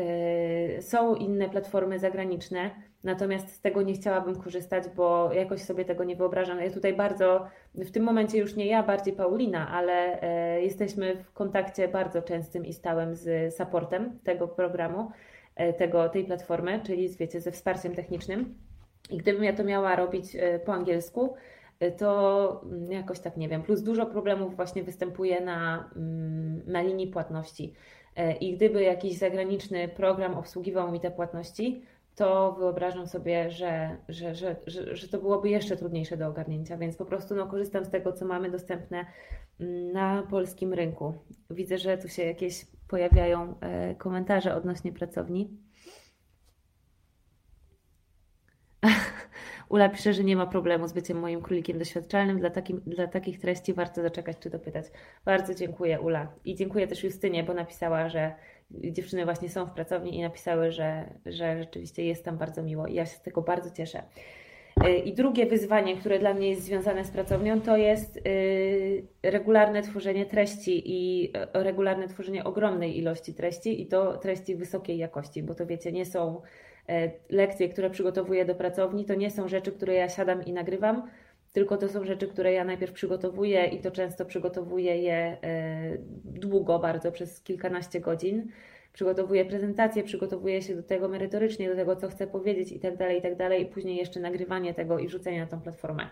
Są inne platformy zagraniczne, natomiast z tego nie chciałabym korzystać, bo jakoś sobie tego nie wyobrażam. Ja tutaj bardzo, w tym momencie już nie ja, bardziej Paulina, ale jesteśmy w kontakcie bardzo częstym i stałym z supportem tego programu, tego, tej platformy, czyli wiecie, ze wsparciem technicznym. I gdybym ja to miała robić po angielsku, to jakoś tak nie wiem, plus dużo problemów właśnie występuje na, na linii płatności. I gdyby jakiś zagraniczny program obsługiwał mi te płatności, to wyobrażam sobie, że, że, że, że, że to byłoby jeszcze trudniejsze do ogarnięcia, więc po prostu no, korzystam z tego, co mamy dostępne na polskim rynku. Widzę, że tu się jakieś pojawiają komentarze odnośnie pracowni. Ula pisze, że nie ma problemu z byciem moim królikiem doświadczalnym. Dla, takim, dla takich treści warto zaczekać czy dopytać. Bardzo dziękuję, Ula. I dziękuję też Justynie, bo napisała, że dziewczyny właśnie są w pracowni i napisały, że, że rzeczywiście jest tam bardzo miło. I ja się z tego bardzo cieszę. I drugie wyzwanie, które dla mnie jest związane z pracownią, to jest regularne tworzenie treści i regularne tworzenie ogromnej ilości treści i to treści wysokiej jakości, bo to wiecie, nie są lekcje, które przygotowuję do pracowni, to nie są rzeczy, które ja siadam i nagrywam, tylko to są rzeczy, które ja najpierw przygotowuję i to często przygotowuję je długo bardzo, przez kilkanaście godzin. Przygotowuję prezentację, przygotowuję się do tego merytorycznie, do tego, co chcę powiedzieć i tak dalej, i tak dalej, i później jeszcze nagrywanie tego i wrzucenie na tą platformę.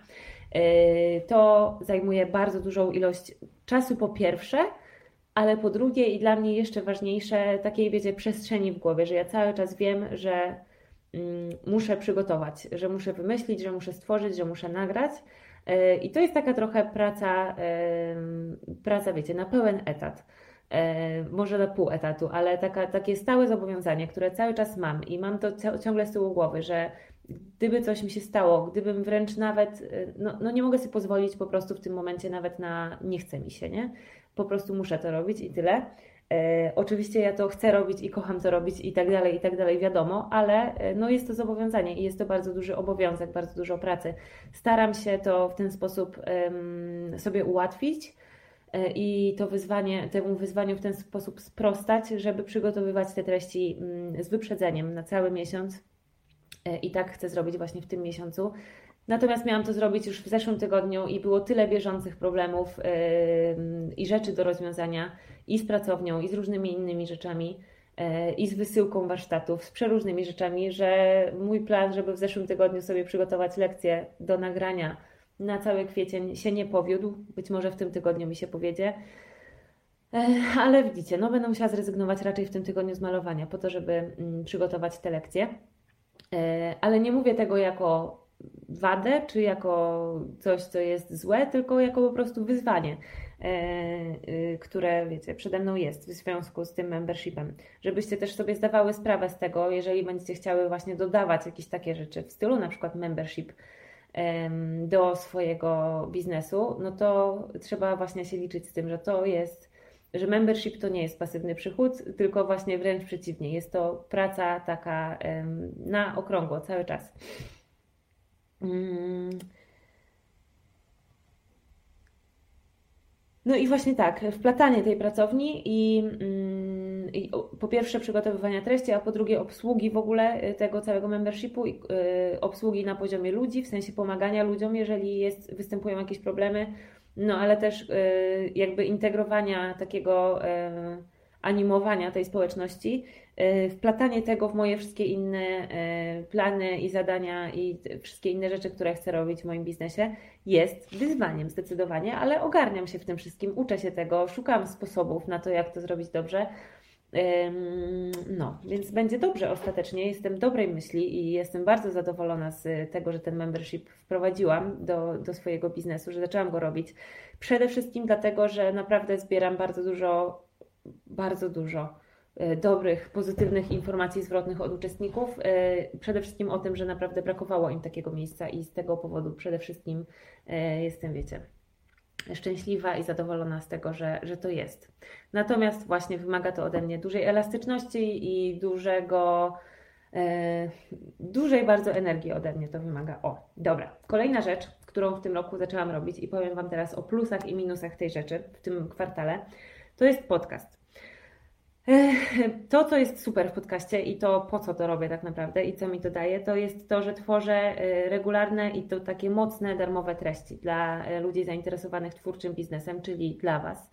To zajmuje bardzo dużą ilość czasu po pierwsze, ale po drugie i dla mnie jeszcze ważniejsze, takiej wiecie, przestrzeni w głowie, że ja cały czas wiem, że mm, muszę przygotować, że muszę wymyślić, że muszę stworzyć, że muszę nagrać. Yy, I to jest taka trochę praca, yy, praca wiecie, na pełen etat. Może na pół etatu, ale taka, takie stałe zobowiązanie, które cały czas mam i mam to ciągle z tyłu głowy, że gdyby coś mi się stało, gdybym wręcz nawet, no, no nie mogę sobie pozwolić po prostu w tym momencie nawet na nie chce mi się, nie? Po prostu muszę to robić i tyle. E, oczywiście ja to chcę robić i kocham to robić i tak dalej, i tak dalej, wiadomo, ale no jest to zobowiązanie i jest to bardzo duży obowiązek, bardzo dużo pracy. Staram się to w ten sposób um, sobie ułatwić, i to wyzwanie, temu wyzwaniu w ten sposób sprostać, żeby przygotowywać te treści z wyprzedzeniem na cały miesiąc i tak chcę zrobić właśnie w tym miesiącu. Natomiast miałam to zrobić już w zeszłym tygodniu i było tyle bieżących problemów i rzeczy do rozwiązania i z pracownią, i z różnymi innymi rzeczami, i z wysyłką warsztatów, z przeróżnymi rzeczami, że mój plan, żeby w zeszłym tygodniu sobie przygotować lekcję do nagrania na cały kwiecień się nie powiódł. Być może w tym tygodniu mi się powiedzie. Ale widzicie, no będę musiała zrezygnować raczej w tym tygodniu z malowania po to, żeby przygotować te lekcje. Ale nie mówię tego jako wadę, czy jako coś, co jest złe, tylko jako po prostu wyzwanie, które, wiecie, przede mną jest w związku z tym membershipem. Żebyście też sobie zdawały sprawę z tego, jeżeli będziecie chciały właśnie dodawać jakieś takie rzeczy w stylu na przykład membership do swojego biznesu, no to trzeba właśnie się liczyć z tym, że to jest, że membership to nie jest pasywny przychód, tylko właśnie wręcz przeciwnie, jest to praca taka na okrągło, cały czas. No i właśnie tak, wplatanie tej pracowni i, i po pierwsze przygotowywania treści, a po drugie obsługi w ogóle tego całego membershipu i obsługi na poziomie ludzi, w sensie pomagania ludziom, jeżeli jest, występują jakieś problemy, no ale też jakby integrowania takiego animowania tej społeczności, wplatanie tego w moje wszystkie inne plany i zadania i wszystkie inne rzeczy, które chcę robić w moim biznesie, jest wyzwaniem zdecydowanie, ale ogarniam się w tym wszystkim, uczę się tego, szukam sposobów na to, jak to zrobić dobrze. No, więc będzie dobrze ostatecznie. Jestem dobrej myśli i jestem bardzo zadowolona z tego, że ten membership wprowadziłam do, do swojego biznesu, że zaczęłam go robić. Przede wszystkim dlatego, że naprawdę zbieram bardzo dużo, bardzo dużo dobrych, pozytywnych informacji zwrotnych od uczestników. Przede wszystkim o tym, że naprawdę brakowało im takiego miejsca i z tego powodu przede wszystkim jestem, wiecie, szczęśliwa i zadowolona z tego, że, że to jest. Natomiast właśnie wymaga to ode mnie dużej elastyczności i dużego, e, dużej bardzo energii ode mnie to wymaga. O, dobra. Kolejna rzecz, którą w tym roku zaczęłam robić i powiem Wam teraz o plusach i minusach tej rzeczy w tym kwartale, to jest podcast. To, co jest super w podcaście i to, po co to robię tak naprawdę i co mi to daje, to jest to, że tworzę regularne i to takie mocne, darmowe treści dla ludzi zainteresowanych twórczym biznesem, czyli dla Was.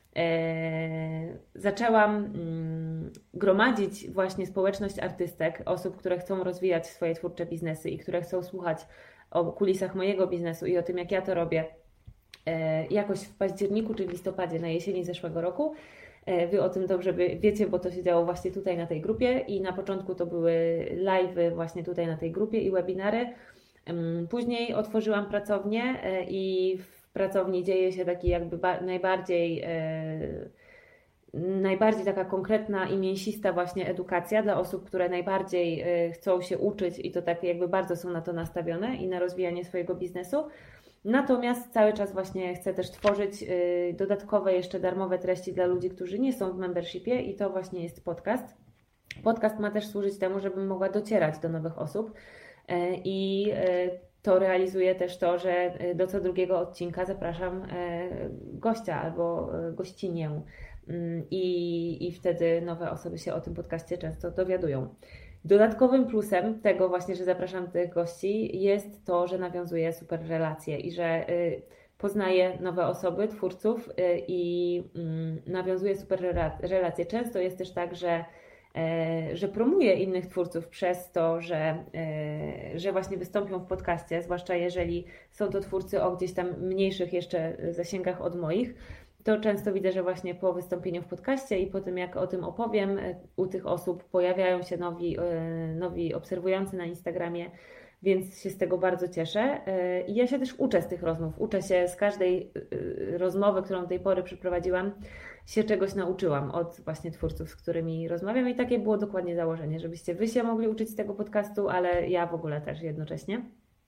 Zaczęłam gromadzić właśnie społeczność artystek, osób, które chcą rozwijać swoje twórcze biznesy i które chcą słuchać o kulisach mojego biznesu i o tym, jak ja to robię, jakoś w październiku czy w listopadzie na jesieni zeszłego roku. Wy o tym dobrze wiecie, bo to się działo właśnie tutaj na tej grupie i na początku to były live'y właśnie tutaj na tej grupie i webinary. Później otworzyłam pracownię i w pracowni dzieje się taki jakby najbardziej, najbardziej taka konkretna i mięsista właśnie edukacja dla osób, które najbardziej chcą się uczyć i to tak jakby bardzo są na to nastawione i na rozwijanie swojego biznesu. Natomiast cały czas właśnie chcę też tworzyć dodatkowe jeszcze darmowe treści dla ludzi, którzy nie są w membershipie i to właśnie jest podcast. Podcast ma też służyć temu, żebym mogła docierać do nowych osób i to realizuje też to, że do co drugiego odcinka zapraszam gościa albo gościnię i, i wtedy nowe osoby się o tym podcaście często dowiadują. Dodatkowym plusem tego właśnie, że zapraszam tych gości jest to, że nawiązuję super relacje i że poznaję nowe osoby, twórców i nawiązuję super relacje. Często jest też tak, że, że promuję innych twórców przez to, że, że właśnie wystąpią w podcaście, zwłaszcza jeżeli są to twórcy o gdzieś tam mniejszych jeszcze zasięgach od moich. To często widzę, że właśnie po wystąpieniu w podcaście i po tym, jak o tym opowiem, u tych osób pojawiają się nowi, nowi obserwujący na Instagramie, więc się z tego bardzo cieszę. I ja się też uczę z tych rozmów. Uczę się z każdej rozmowy, którą do tej pory przeprowadziłam, się czegoś nauczyłam od właśnie twórców, z którymi rozmawiam i takie było dokładnie założenie, żebyście Wy się mogli uczyć z tego podcastu, ale ja w ogóle też jednocześnie.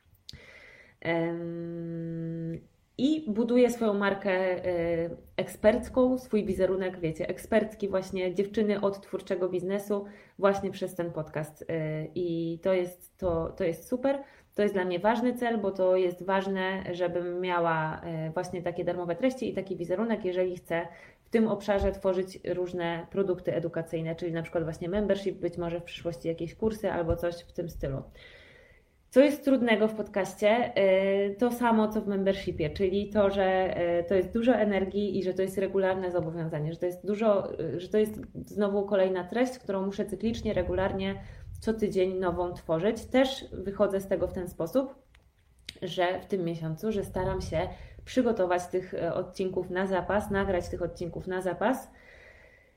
I buduję swoją markę ekspercką, swój wizerunek, wiecie, ekspercki właśnie dziewczyny od twórczego biznesu właśnie przez ten podcast. I to jest, to, to jest super. To jest dla mnie ważny cel, bo to jest ważne, żebym miała właśnie takie darmowe treści i taki wizerunek, jeżeli chcę w tym obszarze tworzyć różne produkty edukacyjne, czyli na przykład właśnie membership, być może w przyszłości jakieś kursy albo coś w tym stylu. Co jest trudnego w podcaście? To samo, co w membershipie, czyli to, że to jest dużo energii i że to jest regularne zobowiązanie, że to jest dużo, że to jest znowu kolejna treść, którą muszę cyklicznie, regularnie, co tydzień nową tworzyć. Też wychodzę z tego w ten sposób, że w tym miesiącu, że staram się przygotować tych odcinków na zapas, nagrać tych odcinków na zapas,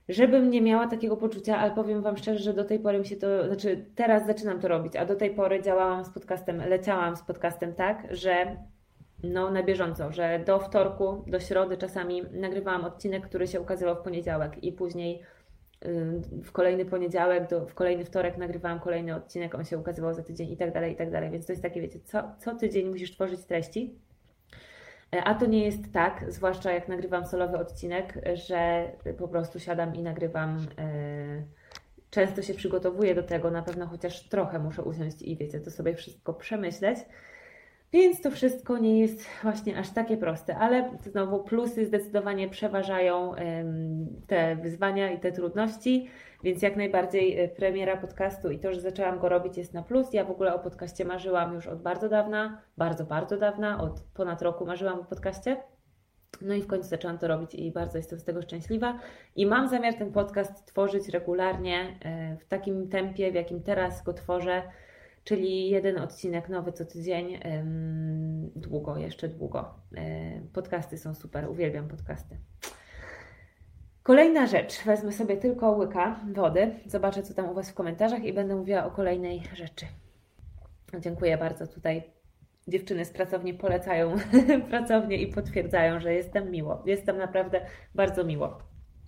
żebym nie miała takiego poczucia, ale powiem Wam szczerze, że do tej pory mi się to, znaczy teraz zaczynam to robić, a do tej pory działałam z podcastem, leciałam z podcastem tak, że no na bieżąco, że do wtorku, do środy czasami nagrywałam odcinek, który się ukazywał w poniedziałek i później w kolejny poniedziałek, do, w kolejny wtorek nagrywałam kolejny odcinek, on się ukazywał za tydzień i tak dalej, i tak dalej. Więc to jest takie, wiecie, co, co tydzień musisz tworzyć treści. A to nie jest tak, zwłaszcza jak nagrywam solowy odcinek, że po prostu siadam i nagrywam. Często się przygotowuję do tego, na pewno chociaż trochę muszę usiąść i wiecie, to sobie wszystko przemyśleć. Więc to wszystko nie jest właśnie aż takie proste, ale znowu plusy zdecydowanie przeważają te wyzwania i te trudności, więc jak najbardziej premiera podcastu i to, że zaczęłam go robić jest na plus. Ja w ogóle o podcaście marzyłam już od bardzo dawna, bardzo, bardzo dawna, od ponad roku marzyłam o podcaście. No i w końcu zaczęłam to robić i bardzo jestem z tego szczęśliwa. I mam zamiar ten podcast tworzyć regularnie w takim tempie, w jakim teraz go tworzę, czyli jeden odcinek nowy co tydzień, długo, jeszcze długo. Podcasty są super, uwielbiam podcasty. Kolejna rzecz, wezmę sobie tylko łyka wody, zobaczę co tam u Was w komentarzach i będę mówiła o kolejnej rzeczy. Dziękuję bardzo, tutaj dziewczyny z pracowni polecają pracownię i potwierdzają, że jestem miło, jestem naprawdę bardzo miło.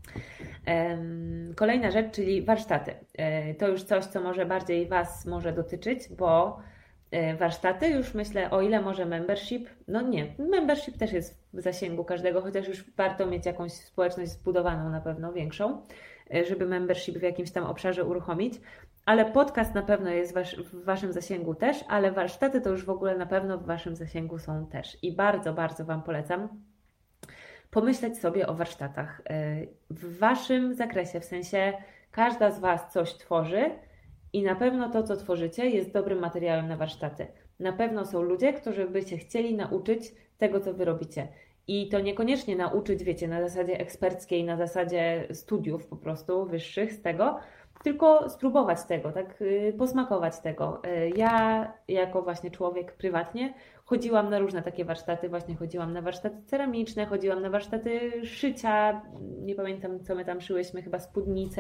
Kolejna rzecz, czyli warsztaty. To już coś, co może bardziej Was może dotyczyć, bo warsztaty już myślę, o ile może membership, no nie, membership też jest w zasięgu każdego, chociaż już warto mieć jakąś społeczność zbudowaną na pewno większą, żeby membership w jakimś tam obszarze uruchomić, ale podcast na pewno jest w Waszym zasięgu też, ale warsztaty to już w ogóle na pewno w Waszym zasięgu są też i bardzo, bardzo Wam polecam pomyśleć sobie o warsztatach w Waszym zakresie, w sensie każda z Was coś tworzy i na pewno to, co tworzycie, jest dobrym materiałem na warsztaty. Na pewno są ludzie, którzy by się chcieli nauczyć tego, co Wy robicie. I to niekoniecznie nauczyć, wiecie, na zasadzie eksperckiej, na zasadzie studiów po prostu wyższych z tego, tylko spróbować tego, tak, posmakować tego. Ja jako właśnie człowiek prywatnie chodziłam na różne takie warsztaty, właśnie chodziłam na warsztaty ceramiczne, chodziłam na warsztaty szycia, nie pamiętam co my tam szyłyśmy, chyba spódnice,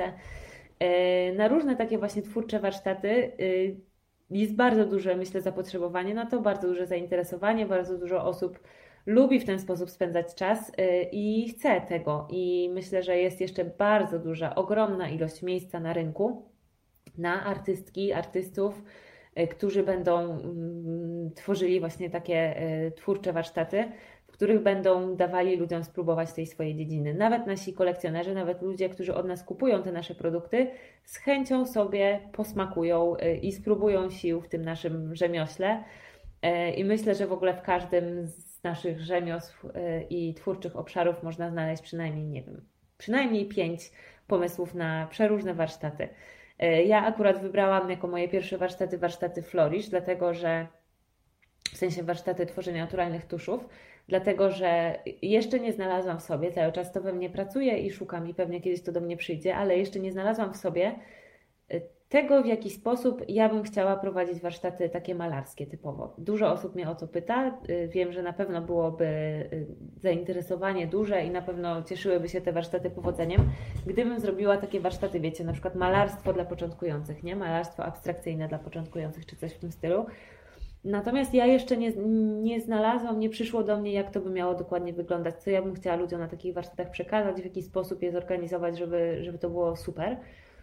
na różne takie właśnie twórcze warsztaty. Jest bardzo duże, myślę, zapotrzebowanie na to, bardzo duże zainteresowanie, bardzo dużo osób lubi w ten sposób spędzać czas i chce tego. I myślę, że jest jeszcze bardzo duża, ogromna ilość miejsca na rynku na artystki, artystów, którzy będą tworzyli właśnie takie twórcze warsztaty, w których będą dawali ludziom spróbować tej swojej dziedziny. Nawet nasi kolekcjonerzy, nawet ludzie, którzy od nas kupują te nasze produkty, z chęcią sobie posmakują i spróbują sił w tym naszym rzemiośle. I myślę, że w ogóle w każdym z naszych rzemiosł i twórczych obszarów można znaleźć przynajmniej, nie wiem, przynajmniej pięć pomysłów na przeróżne warsztaty. Ja akurat wybrałam jako moje pierwsze warsztaty warsztaty Flourish, dlatego że w sensie warsztaty tworzenia naturalnych tuszów, dlatego że jeszcze nie znalazłam w sobie, cały czas to we mnie pracuje i szukam i pewnie kiedyś to do mnie przyjdzie, ale jeszcze nie znalazłam w sobie tego, w jaki sposób ja bym chciała prowadzić warsztaty takie malarskie typowo. Dużo osób mnie o to pyta, wiem, że na pewno byłoby zainteresowanie duże i na pewno cieszyłyby się te warsztaty powodzeniem, gdybym zrobiła takie warsztaty, wiecie, na przykład malarstwo dla początkujących, nie? Malarstwo abstrakcyjne dla początkujących, czy coś w tym stylu. Natomiast ja jeszcze nie, nie znalazłam, nie przyszło do mnie, jak to by miało dokładnie wyglądać, co ja bym chciała ludziom na takich warsztatach przekazać, w jaki sposób je zorganizować, żeby, żeby to było super.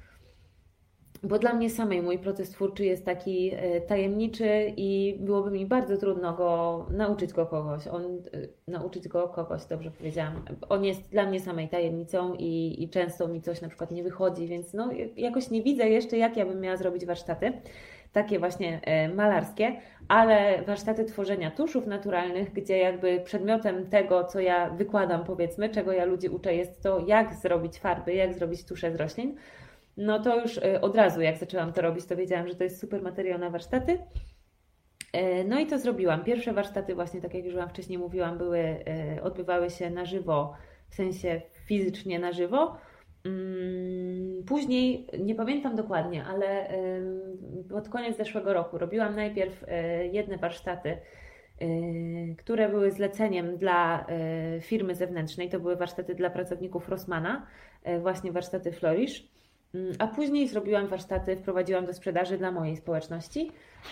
Bo dla mnie samej mój proces twórczy jest taki tajemniczy i byłoby mi bardzo trudno go nauczyć go kogoś. On, nauczyć go kogoś, dobrze powiedziałam. On jest dla mnie samej tajemnicą i, i często mi coś na przykład nie wychodzi, więc no, jakoś nie widzę jeszcze, jak ja bym miała zrobić warsztaty. Takie właśnie malarskie, ale warsztaty tworzenia tuszów naturalnych, gdzie jakby przedmiotem tego, co ja wykładam, powiedzmy, czego ja ludzi uczę, jest to, jak zrobić farby, jak zrobić tusze z roślin. No to już od razu, jak zaczęłam to robić, to wiedziałam, że to jest super materiał na warsztaty. No i to zrobiłam. Pierwsze warsztaty właśnie, tak jak już Wam wcześniej mówiłam, były, odbywały się na żywo, w sensie fizycznie na żywo. Później, nie pamiętam dokładnie, ale pod koniec zeszłego roku robiłam najpierw jedne warsztaty które były zleceniem dla firmy zewnętrznej. To były warsztaty dla pracowników Rossmana, właśnie warsztaty Flourish. A później zrobiłam warsztaty, wprowadziłam do sprzedaży dla mojej społeczności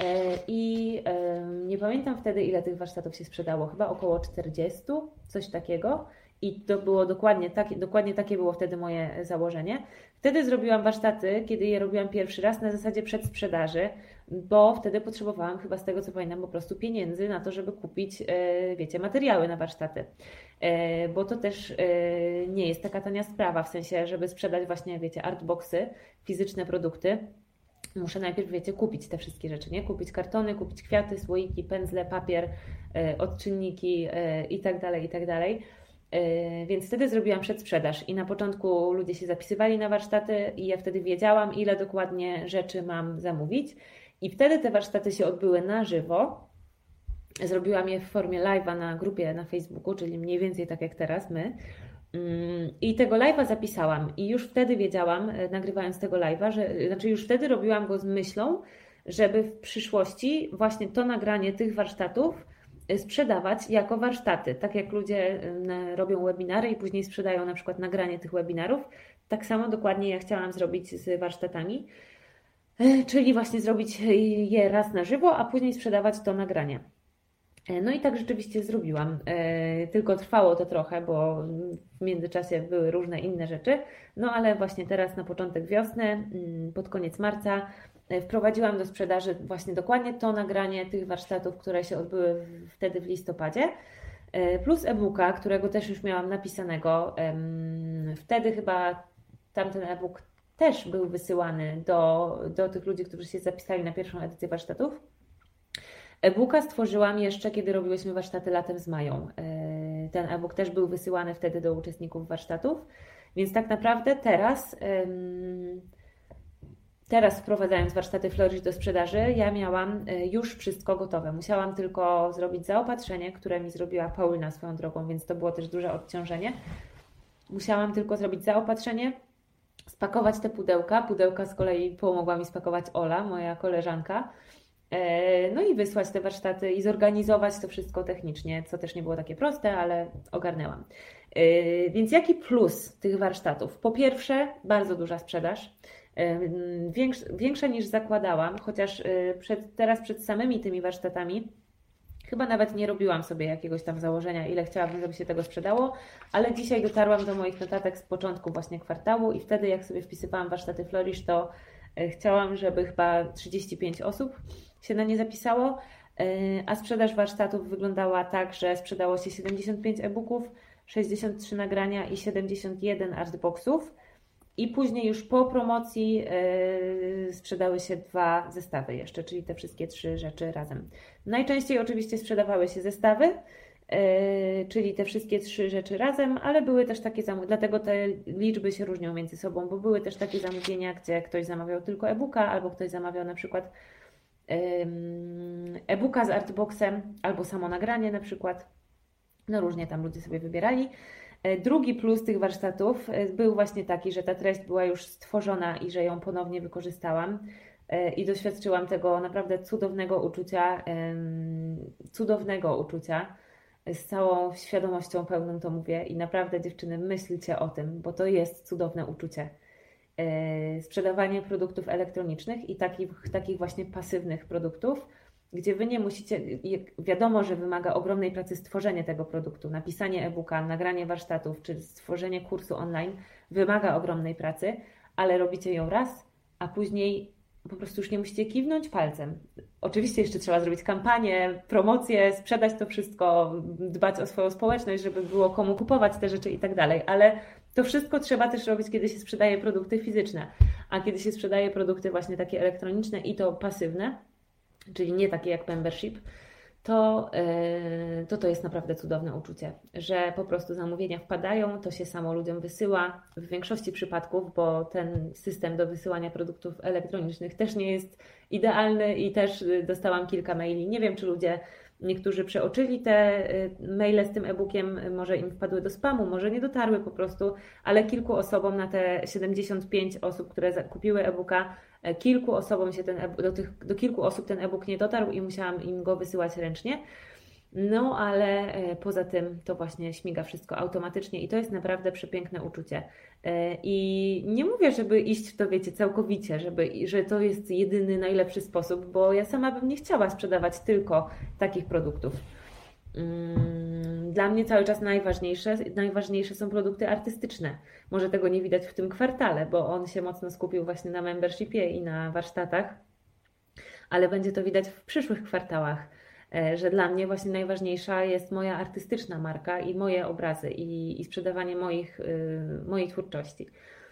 i nie pamiętam wtedy, ile tych warsztatów się sprzedało, chyba około czterdzieści, coś takiego. I to było dokładnie takie, dokładnie takie było wtedy moje założenie. Wtedy zrobiłam warsztaty, kiedy je robiłam pierwszy raz na zasadzie przedsprzedaży, bo wtedy potrzebowałam chyba z tego co pamiętam po prostu pieniędzy na to, żeby kupić, wiecie, materiały na warsztaty. Bo to też nie jest taka tania sprawa, w sensie, żeby sprzedać właśnie, wiecie, artboxy, fizyczne produkty. Muszę najpierw, wiecie, kupić te wszystkie rzeczy, nie? Kupić kartony, kupić kwiaty, słoiki, pędzle, papier, odczynniki i tak dalej, i tak dalej. Więc wtedy zrobiłam przedsprzedaż i na początku ludzie się zapisywali na warsztaty i ja wtedy wiedziałam, ile dokładnie rzeczy mam zamówić i wtedy te warsztaty się odbyły na żywo. Zrobiłam je w formie live'a na grupie na Facebooku, czyli mniej więcej tak jak teraz my. I tego live'a zapisałam i już wtedy wiedziałam, nagrywając tego live'a, że, znaczy już wtedy robiłam go z myślą, żeby w przyszłości właśnie to nagranie tych warsztatów sprzedawać jako warsztaty. Tak jak ludzie robią webinary i później sprzedają na przykład nagranie tych webinarów, tak samo dokładnie ja chciałam zrobić z warsztatami, czyli właśnie zrobić je raz na żywo, a później sprzedawać to nagranie. No i tak rzeczywiście zrobiłam, tylko trwało to trochę, bo w międzyczasie były różne inne rzeczy, no ale właśnie teraz na początek wiosny, pod koniec marca wprowadziłam do sprzedaży właśnie dokładnie to nagranie tych warsztatów, które się odbyły wtedy w listopadzie, plus e-booka, którego też już miałam napisanego. Wtedy chyba tamten e-book też był wysyłany do, do tych ludzi, którzy się zapisali na pierwszą edycję warsztatów. E-booka stworzyłam jeszcze, kiedy robiłyśmy warsztaty latem z Mają. Ten e-book też był wysyłany wtedy do uczestników warsztatów, więc tak naprawdę teraz, teraz wprowadzając warsztaty Flourish do sprzedaży, ja miałam już wszystko gotowe. Musiałam tylko zrobić zaopatrzenie, które mi zrobiła Paulina swoją drogą, więc to było też duże odciążenie. Musiałam tylko zrobić zaopatrzenie, spakować te pudełka. Pudełka z kolei pomogła mi spakować Ola, moja koleżanka. No i wysłać te warsztaty i zorganizować to wszystko technicznie, co też nie było takie proste, ale ogarnęłam. Więc jaki plus tych warsztatów? Po pierwsze, bardzo duża sprzedaż, większa niż zakładałam, chociaż przed, teraz przed samymi tymi warsztatami chyba nawet nie robiłam sobie jakiegoś tam założenia, ile chciałabym, żeby się tego sprzedało, ale dzisiaj dotarłam do moich notatek z początku właśnie kwartału i wtedy jak sobie wpisywałam warsztaty Flourish, to chciałam, żeby chyba trzydzieści pięć osób się na nie zapisało, a sprzedaż warsztatów wyglądała tak, że sprzedało się siedemdziesiąt pięć e-booków, sześćdziesiąt trzy nagrania i siedemdziesiąt jeden artboxów i później już po promocji yy, sprzedały się dwa zestawy jeszcze, czyli te wszystkie trzy rzeczy razem. Najczęściej oczywiście sprzedawały się zestawy, yy, czyli te wszystkie trzy rzeczy razem, ale były też takie zamówienia, dlatego te liczby się różnią między sobą, bo były też takie zamówienia, gdzie ktoś zamawiał tylko e-booka, albo ktoś zamawiał na przykład e-booka z artboxem, albo samo nagranie na przykład. No różnie tam ludzie sobie wybierali. Drugi plus tych warsztatów był właśnie taki, że ta treść była już stworzona i że ją ponownie wykorzystałam i doświadczyłam tego naprawdę cudownego uczucia, cudownego uczucia. Z całą świadomością pełną to mówię i naprawdę dziewczyny, myślcie o tym, bo to jest cudowne uczucie. Sprzedawanie produktów elektronicznych i takich, takich właśnie pasywnych produktów, gdzie Wy nie musicie, wiadomo, że wymaga ogromnej pracy stworzenie tego produktu, napisanie e-booka, nagranie warsztatów czy stworzenie kursu online wymaga ogromnej pracy, ale robicie ją raz, a później po prostu już nie musicie kiwnąć palcem. Oczywiście jeszcze trzeba zrobić kampanię, promocję, sprzedać to wszystko, dbać o swoją społeczność, żeby było komu kupować te rzeczy i tak dalej, ale to wszystko trzeba też robić, kiedy się sprzedaje produkty fizyczne, a kiedy się sprzedaje produkty właśnie takie elektroniczne i to pasywne, czyli nie takie jak membership, to, yy, to to jest naprawdę cudowne uczucie, że po prostu zamówienia wpadają, to się samo ludziom wysyła w większości przypadków, bo ten system do wysyłania produktów elektronicznych też nie jest idealny i też dostałam kilka maili. Nie wiem, czy ludzie, niektórzy przeoczyli te maile z tym e-bookiem, może im wpadły do spamu, może nie dotarły po prostu, ale kilku osobom na te siedemdziesiąt pięć osób, które kupiły e-booka, kilku osobom się ten e- do, tych, do kilku osób ten e-book nie dotarł i musiałam im go wysyłać ręcznie. No, ale e, poza tym to właśnie śmiga wszystko automatycznie i to jest naprawdę przepiękne uczucie. E, I nie mówię, żeby iść w to, wiecie, całkowicie, żeby, że to jest jedyny, najlepszy sposób, bo ja sama bym nie chciała sprzedawać tylko takich produktów. Mm, Dla mnie cały czas najważniejsze, najważniejsze są produkty artystyczne. Może tego nie widać w tym kwartale, bo on się mocno skupił właśnie na membershipie i na warsztatach, ale będzie to widać w przyszłych kwartałach, e, że dla mnie właśnie najważniejsza jest moja artystyczna marka i moje obrazy i, i sprzedawanie moich, y, mojej twórczości.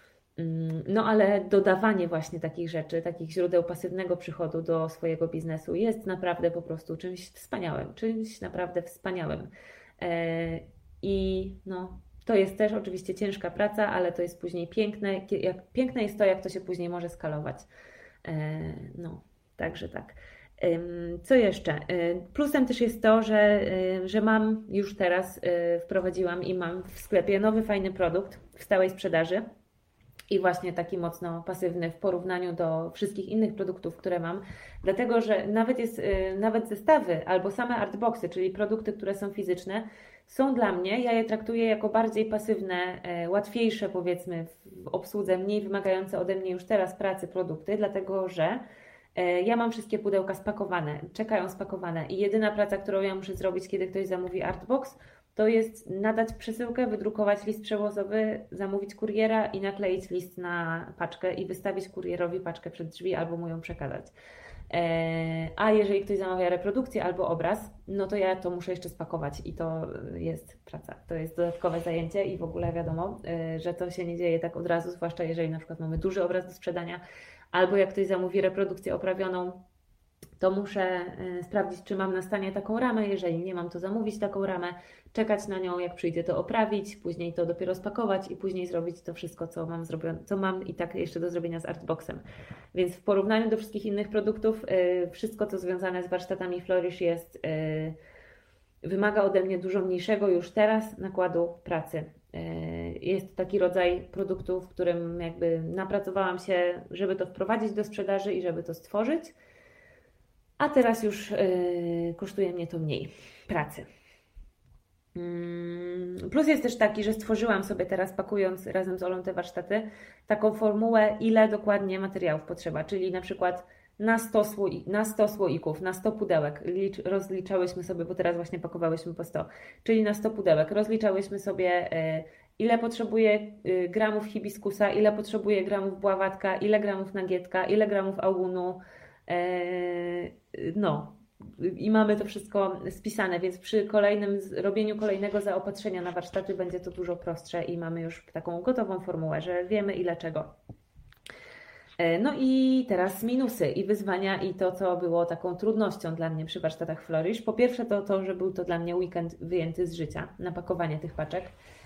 Mm, No ale dodawanie właśnie takich rzeczy, takich źródeł pasywnego przychodu do swojego biznesu jest naprawdę po prostu czymś wspaniałym, czymś naprawdę wspaniałym. E, I no, to jest też oczywiście ciężka praca, ale to jest później piękne. Jak, piękne jest to, jak to się później może skalować. E, No, także tak. Ym, Co jeszcze? Y, Plusem też jest to, że, y, że mam już teraz, y, wprowadziłam i mam w sklepie nowy, fajny produkt w stałej sprzedaży i właśnie taki mocno pasywny w porównaniu do wszystkich innych produktów, które mam, dlatego że nawet jest, y, nawet zestawy albo same artboxy, czyli produkty, które są fizyczne, są dla mnie, ja je traktuję jako bardziej pasywne, e, łatwiejsze powiedzmy w obsłudze, mniej wymagające ode mnie już teraz pracy produkty, dlatego że e, ja mam wszystkie pudełka spakowane, czekają spakowane i jedyna praca, którą ja muszę zrobić, kiedy ktoś zamówi artbox, to jest nadać przesyłkę, wydrukować list przewozowy, zamówić kuriera i nakleić list na paczkę i wystawić kurierowi paczkę przed drzwi albo mu ją przekazać. E, A jeżeli ktoś zamawia reprodukcję albo obraz, no to ja to muszę jeszcze spakować i to jest praca. To jest dodatkowe zajęcie i w ogóle wiadomo, e, że to się nie dzieje tak od razu, zwłaszcza jeżeli na przykład mamy duży obraz do sprzedania, albo jak ktoś zamówi reprodukcję oprawioną, to muszę e, sprawdzić, czy mam na stanie taką ramę. Jeżeli nie mam, to zamówić taką ramę, czekać na nią, jak przyjdzie, to oprawić, później to dopiero spakować i później zrobić to wszystko, co mam zrobione, co mam i tak jeszcze do zrobienia z artboxem. Więc w porównaniu do wszystkich innych produktów, e, wszystko, co związane z warsztatami Flourish jest, e, wymaga ode mnie dużo mniejszego już teraz nakładu pracy. E, Jest taki rodzaj produktu, w którym jakby napracowałam się, żeby to wprowadzić do sprzedaży i żeby to stworzyć. A teraz już yy, kosztuje mnie to mniej pracy. Mm, Plus jest też taki, że stworzyłam sobie teraz, pakując razem z Olą te warsztaty, taką formułę, ile dokładnie materiałów potrzeba. Czyli na przykład na sto, słoi, na sto słoików, na sto pudełek licz, rozliczałyśmy sobie, bo teraz właśnie pakowałyśmy po sto, czyli na sto pudełek rozliczałyśmy sobie, yy, ile potrzebuje yy, gramów hibiskusa, ile potrzebuje gramów bławatka, ile gramów nagietka, ile gramów augunu. No, i mamy to wszystko spisane, więc przy kolejnym robieniu kolejnego zaopatrzenia na warsztaty będzie to dużo prostsze i mamy już taką gotową formułę, że wiemy ile czego. No i teraz minusy i wyzwania i to, co było taką trudnością dla mnie przy warsztatach Flourish. Po pierwsze to to, że był to dla mnie weekend wyjęty z życia, napakowanie tych paczek.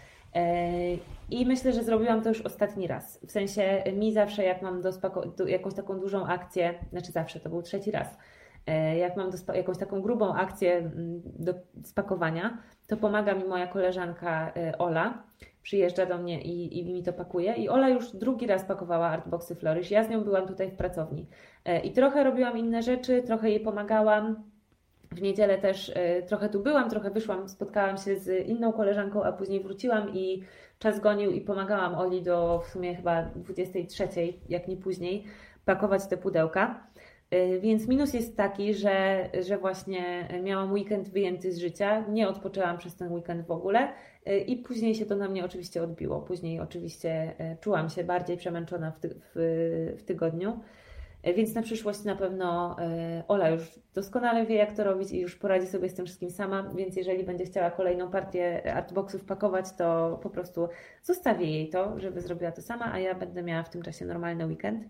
I myślę, że zrobiłam to już ostatni raz. W sensie mi zawsze, jak mam do spako- do jakąś taką dużą akcję, znaczy zawsze, to był trzeci raz, jak mam do spa- jakąś taką grubą akcję do spakowania, to pomaga mi moja koleżanka Ola. Przyjeżdża do mnie i, i mi to pakuje. I Ola już drugi raz pakowała artboxy Flourish. Ja z nią byłam tutaj w pracowni. I trochę robiłam inne rzeczy, trochę jej pomagałam. W niedzielę też y, trochę tu byłam, trochę wyszłam, spotkałam się z inną koleżanką, a później wróciłam i czas gonił i pomagałam Oli do w sumie chyba dwudziestej trzeciej, jak nie później, pakować te pudełka. Y, Więc minus jest taki, że, że właśnie miałam weekend wyjęty z życia, nie odpoczęłam przez ten weekend w ogóle y, i później się to na mnie oczywiście odbiło. Później oczywiście y, czułam się bardziej przemęczona w, ty, w, w tygodniu. Więc na przyszłość na pewno Ola już doskonale wie, jak to robić i już poradzi sobie z tym wszystkim sama, więc jeżeli będzie chciała kolejną partię artboxów pakować, to po prostu zostawię jej to, żeby zrobiła to sama, a ja będę miała w tym czasie normalny weekend.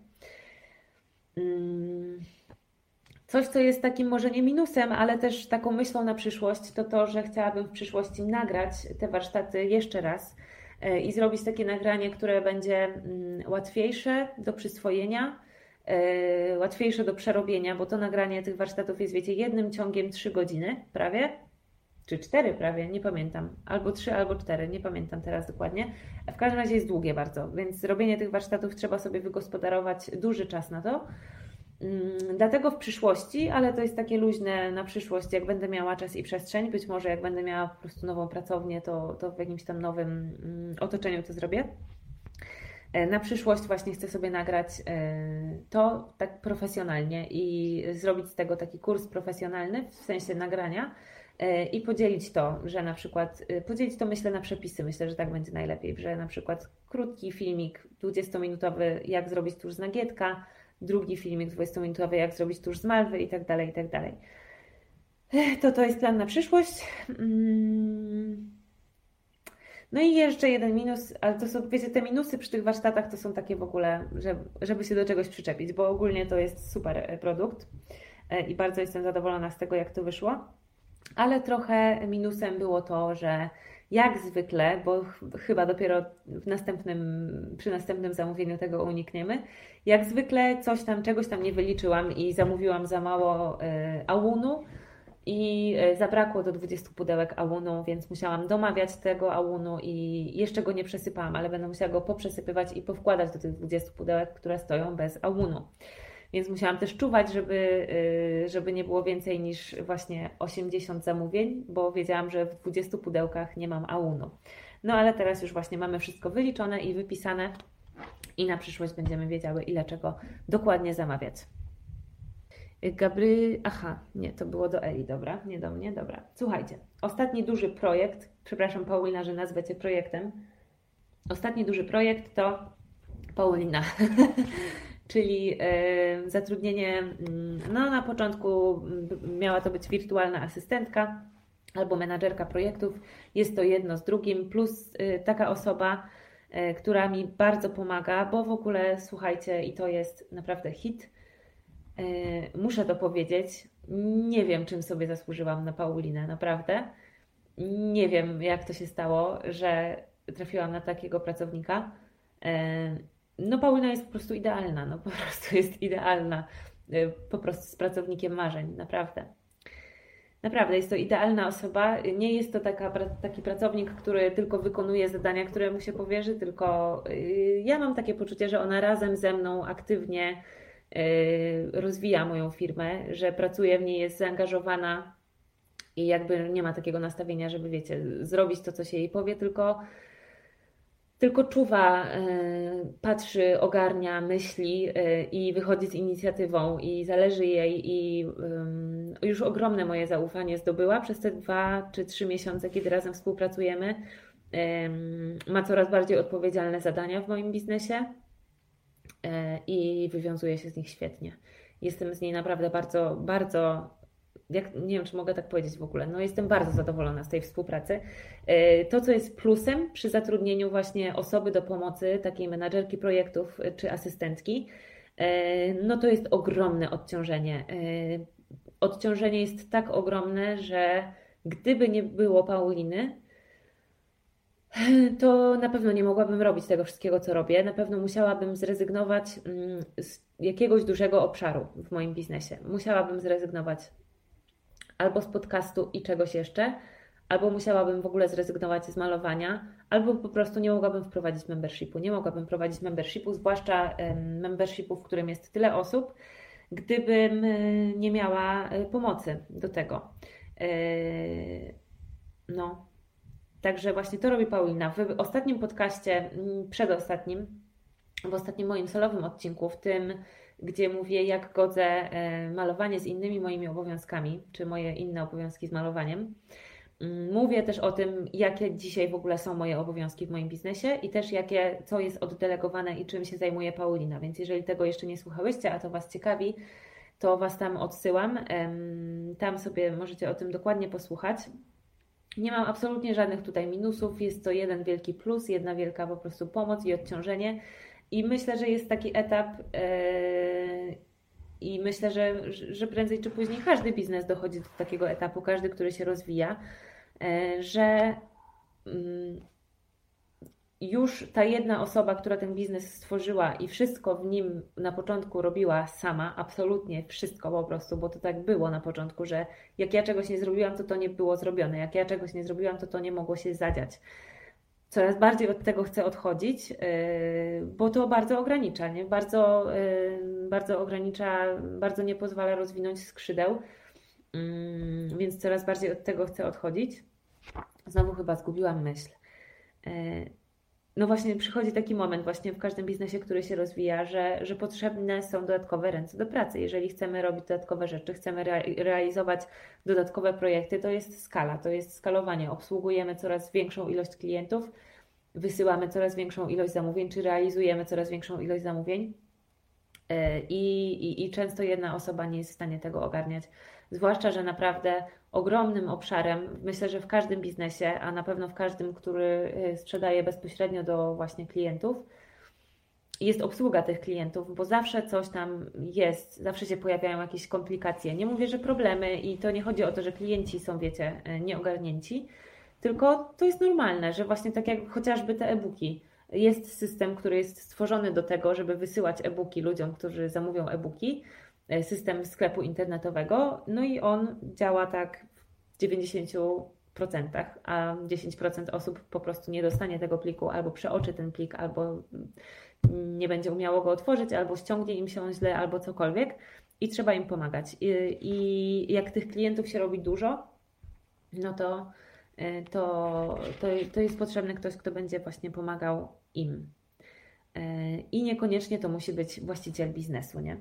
Coś, co jest takim może nie minusem, ale też taką myślą na przyszłość, to to, że chciałabym w przyszłości nagrać te warsztaty jeszcze raz i zrobić takie nagranie, które będzie łatwiejsze do przyswojenia, Yy, łatwiejsze do przerobienia, bo to nagranie tych warsztatów jest, wiecie, jednym ciągiem trzy godziny prawie, czy cztery prawie, nie pamiętam, albo trzy, albo cztery, nie pamiętam teraz dokładnie. W każdym razie jest długie bardzo, więc robienie tych warsztatów trzeba sobie wygospodarować duży czas na to. Dlatego w przyszłości, ale to jest takie luźne na przyszłość, jak będę miała czas i przestrzeń, być może jak będę miała po prostu nową pracownię, to, to w jakimś tam nowym otoczeniu to zrobię. Na przyszłość właśnie chcę sobie nagrać to tak profesjonalnie i zrobić z tego taki kurs profesjonalny w sensie nagrania i podzielić to, że na przykład, podzielić to myślę na przepisy, myślę, że tak będzie najlepiej, że na przykład krótki filmik dwudziestominutowy, jak zrobić tusz z nagietka, drugi filmik dwudziestominutowy, jak zrobić tusz z malwy i tak dalej, i tak dalej. To to jest plan na przyszłość. No i jeszcze jeden minus, ale to są, wiecie, te minusy przy tych warsztatach to są takie w ogóle, żeby, żeby się do czegoś przyczepić, bo ogólnie to jest super produkt i bardzo jestem zadowolona z tego, jak to wyszło. Ale trochę minusem było to, że jak zwykle, bo ch- chyba dopiero w następnym, przy następnym zamówieniu tego unikniemy, jak zwykle coś tam, czegoś tam nie wyliczyłam i zamówiłam za mało y,ałunu i y, zabrakło do dwudziestu pudełekałunu, więc musiałam domawiać tegoałunu i jeszcze go nie przesypałam, ale będę musiała go poprzesypywać i powkładać do tych dwudziestu pudełek, które stoją bezałunu. Więc musiałam też czuwać, żeby, żeby nie było więcej niż właśnie osiemdziesiąt zamówień, bo wiedziałam, że w dwudziestu pudełkach nie mamałunu. No ale teraz już właśnie mamy wszystko wyliczone i wypisane i na przyszłość będziemy wiedziały, ile czego dokładnie zamawiać. Gabry... Aha, nie, to było do Eli, dobra, nie do mnie, dobra. Słuchajcie, ostatni duży projekt, przepraszam Paulina, że nazwę Cię projektem. Ostatni duży projekt to Paulina. Czyli y, zatrudnienie, y, no na początku miała to być wirtualna asystentka albo menadżerka projektów. Jest to jedno z drugim, plus y, taka osoba, y, która mi bardzo pomaga, bo w ogóle słuchajcie, i to jest naprawdę hit. Y, muszę to powiedzieć, nie wiem, czym sobie zasłużyłam na Paulinę, naprawdę. Nie wiem, jak to się stało, że trafiłam na takiego pracownika. Y, No Paulina jest po prostu idealna, no po prostu jest idealna, po prostu z pracownikiem marzeń, naprawdę. Naprawdę jest to idealna osoba, nie jest to taka, taki pracownik, który tylko wykonuje zadania, które mu się powierzy, tylko ja mam takie poczucie, że ona razem ze mną aktywnie rozwija moją firmę, że pracuje w niej, jest zaangażowana i jakby nie ma takiego nastawienia, żeby wiecie, zrobić to, co się jej powie, tylko Tylko czuwa, patrzy, ogarnia, myśli i wychodzi z inicjatywą i zależy jej i już ogromne moje zaufanie zdobyła przez te dwa czy trzy miesiące, kiedy razem współpracujemy. Ma coraz bardziej odpowiedzialne zadania w moim biznesie i wywiązuje się z nich świetnie. Jestem z niej naprawdę bardzo, bardzo Jak, nie wiem, czy mogę tak powiedzieć w ogóle, no jestem bardzo zadowolona z tej współpracy. To, co jest plusem przy zatrudnieniu właśnie osoby do pomocy, takiej menadżerki projektów czy asystentki, no to jest ogromne odciążenie. Odciążenie jest tak ogromne, że gdyby nie było Pauliny, to na pewno nie mogłabym robić tego wszystkiego, co robię. Na pewno musiałabym zrezygnować z jakiegoś dużego obszaru w moim biznesie. Musiałabym zrezygnować albo z podcastu i czegoś jeszcze, albo musiałabym w ogóle zrezygnować z malowania, albo po prostu nie mogłabym wprowadzić membershipu. Nie mogłabym prowadzić membershipu, zwłaszcza membershipu, w którym jest tyle osób, gdybym nie miała pomocy do tego. No, także właśnie to robi Paulina. W ostatnim podcaście, przedostatnim, w ostatnim moim solowym odcinku, w tym, gdzie mówię, jak godzę malowanie z innymi moimi obowiązkami, czy moje inne obowiązki z malowaniem. Mówię też o tym, jakie dzisiaj w ogóle są moje obowiązki w moim biznesie i też jakie, co jest oddelegowane i czym się zajmuje Paulina. Więc jeżeli tego jeszcze nie słuchałyście, a to Was ciekawi, to Was tam odsyłam. Tam sobie możecie o tym dokładnie posłuchać. Nie mam absolutnie żadnych tutaj minusów. Jest to jeden wielki plus, jedna wielka po prostu pomoc i odciążenie. I myślę, że jest taki etap yy, i myślę, że, że prędzej czy później każdy biznes dochodzi do takiego etapu, każdy, który się rozwija, yy, że yy, już ta jedna osoba, która ten biznes stworzyła i wszystko w nim na początku robiła sama, absolutnie wszystko po prostu, bo to tak było na początku, że jak ja czegoś nie zrobiłam, to to nie było zrobione, jak ja czegoś nie zrobiłam, to to nie mogło się zadziać. coraz bardziej od tego chcę odchodzić, bo to bardzo ogranicza, nie? Bardzo, bardzo ogranicza, bardzo nie pozwala rozwinąć skrzydeł, więc coraz bardziej od tego chcę odchodzić. Znowu chyba zgubiłam myśl. No właśnie przychodzi taki moment właśnie w każdym biznesie, który się rozwija, że, że potrzebne są dodatkowe ręce do pracy. Jeżeli chcemy robić dodatkowe rzeczy, chcemy rea- realizować dodatkowe projekty, to jest skala, to jest skalowanie. Obsługujemy coraz większą ilość klientów, wysyłamy coraz większą ilość zamówień, czy realizujemy coraz większą ilość zamówień i, i, i często jedna osoba nie jest w stanie tego ogarniać. Zwłaszcza, że naprawdę ogromnym obszarem, myślę, że w każdym biznesie, a na pewno w każdym, który sprzedaje bezpośrednio do właśnie klientów, jest obsługa tych klientów, bo zawsze coś tam jest, zawsze się pojawiają jakieś komplikacje. Nie mówię, że problemy i to nie chodzi o to, że klienci są, wiecie, nieogarnięci, tylko to jest normalne, że właśnie tak jak chociażby te e-booki. Jest system, który jest stworzony do tego, żeby wysyłać e-booki ludziom, którzy zamówią e-booki, system sklepu internetowego, no i on działa tak w dziewięćdziesięciu procentach, a dziesięć procent osób po prostu nie dostanie tego pliku, albo przeoczy ten plik, albo nie będzie umiało go otworzyć, albo ściągnie im się on źle, albo cokolwiek i trzeba im pomagać. I, i jak tych klientów się robi dużo, no to, to, to, to jest potrzebny ktoś, kto będzie właśnie pomagał im. I niekoniecznie to musi być właściciel biznesu, nie?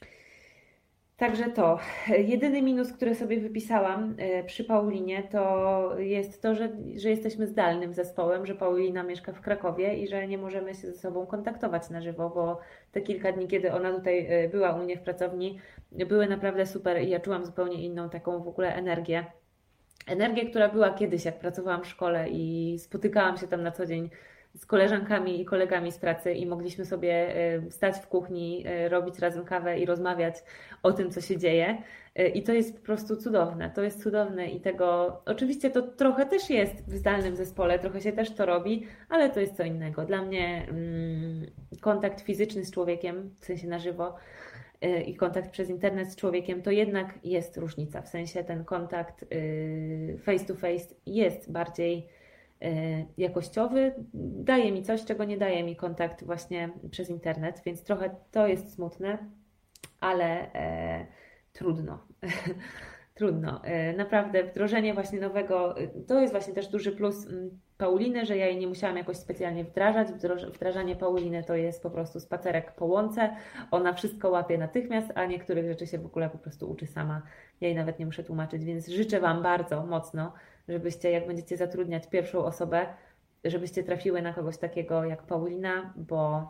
Także to. Jedyny minus, który sobie wypisałam przy Paulinie, to jest to, że, że jesteśmy zdalnym zespołem, że Paulina mieszka w Krakowie i że nie możemy się ze sobą kontaktować na żywo, bo te kilka dni, kiedy ona tutaj była u mnie w pracowni, były naprawdę super i ja czułam zupełnie inną taką w ogóle energię. Energię, która była kiedyś, jak pracowałam w szkole i spotykałam się tam na co dzień z koleżankami i kolegami z pracy i mogliśmy sobie stać w kuchni, robić razem kawę i rozmawiać o tym, co się dzieje. I to jest po prostu cudowne. To jest cudowne i tego, oczywiście to trochę też jest w zdalnym zespole, trochę się też to robi, ale to jest co innego. Dla mnie mm, kontakt fizyczny z człowiekiem, w sensie na żywo, i kontakt przez internet z człowiekiem, to jednak jest różnica. W sensie ten kontakt face to face jest bardziej jakościowy, daje mi coś, czego nie daje mi kontakt właśnie przez internet, więc trochę to jest smutne, ale e, trudno. Trudno. E, naprawdę wdrożenie właśnie nowego, to jest właśnie też duży plus Pauliny, że ja jej nie musiałam jakoś specjalnie wdrażać. Wdrażanie Pauliny to jest po prostu spacerek po łące. Ona wszystko łapie natychmiast, a niektórych rzeczy się w ogóle po prostu uczy sama. Ja jej nawet nie muszę tłumaczyć, więc życzę Wam bardzo mocno, żebyście, jak będziecie zatrudniać pierwszą osobę, żebyście trafiły na kogoś takiego jak Paulina, bo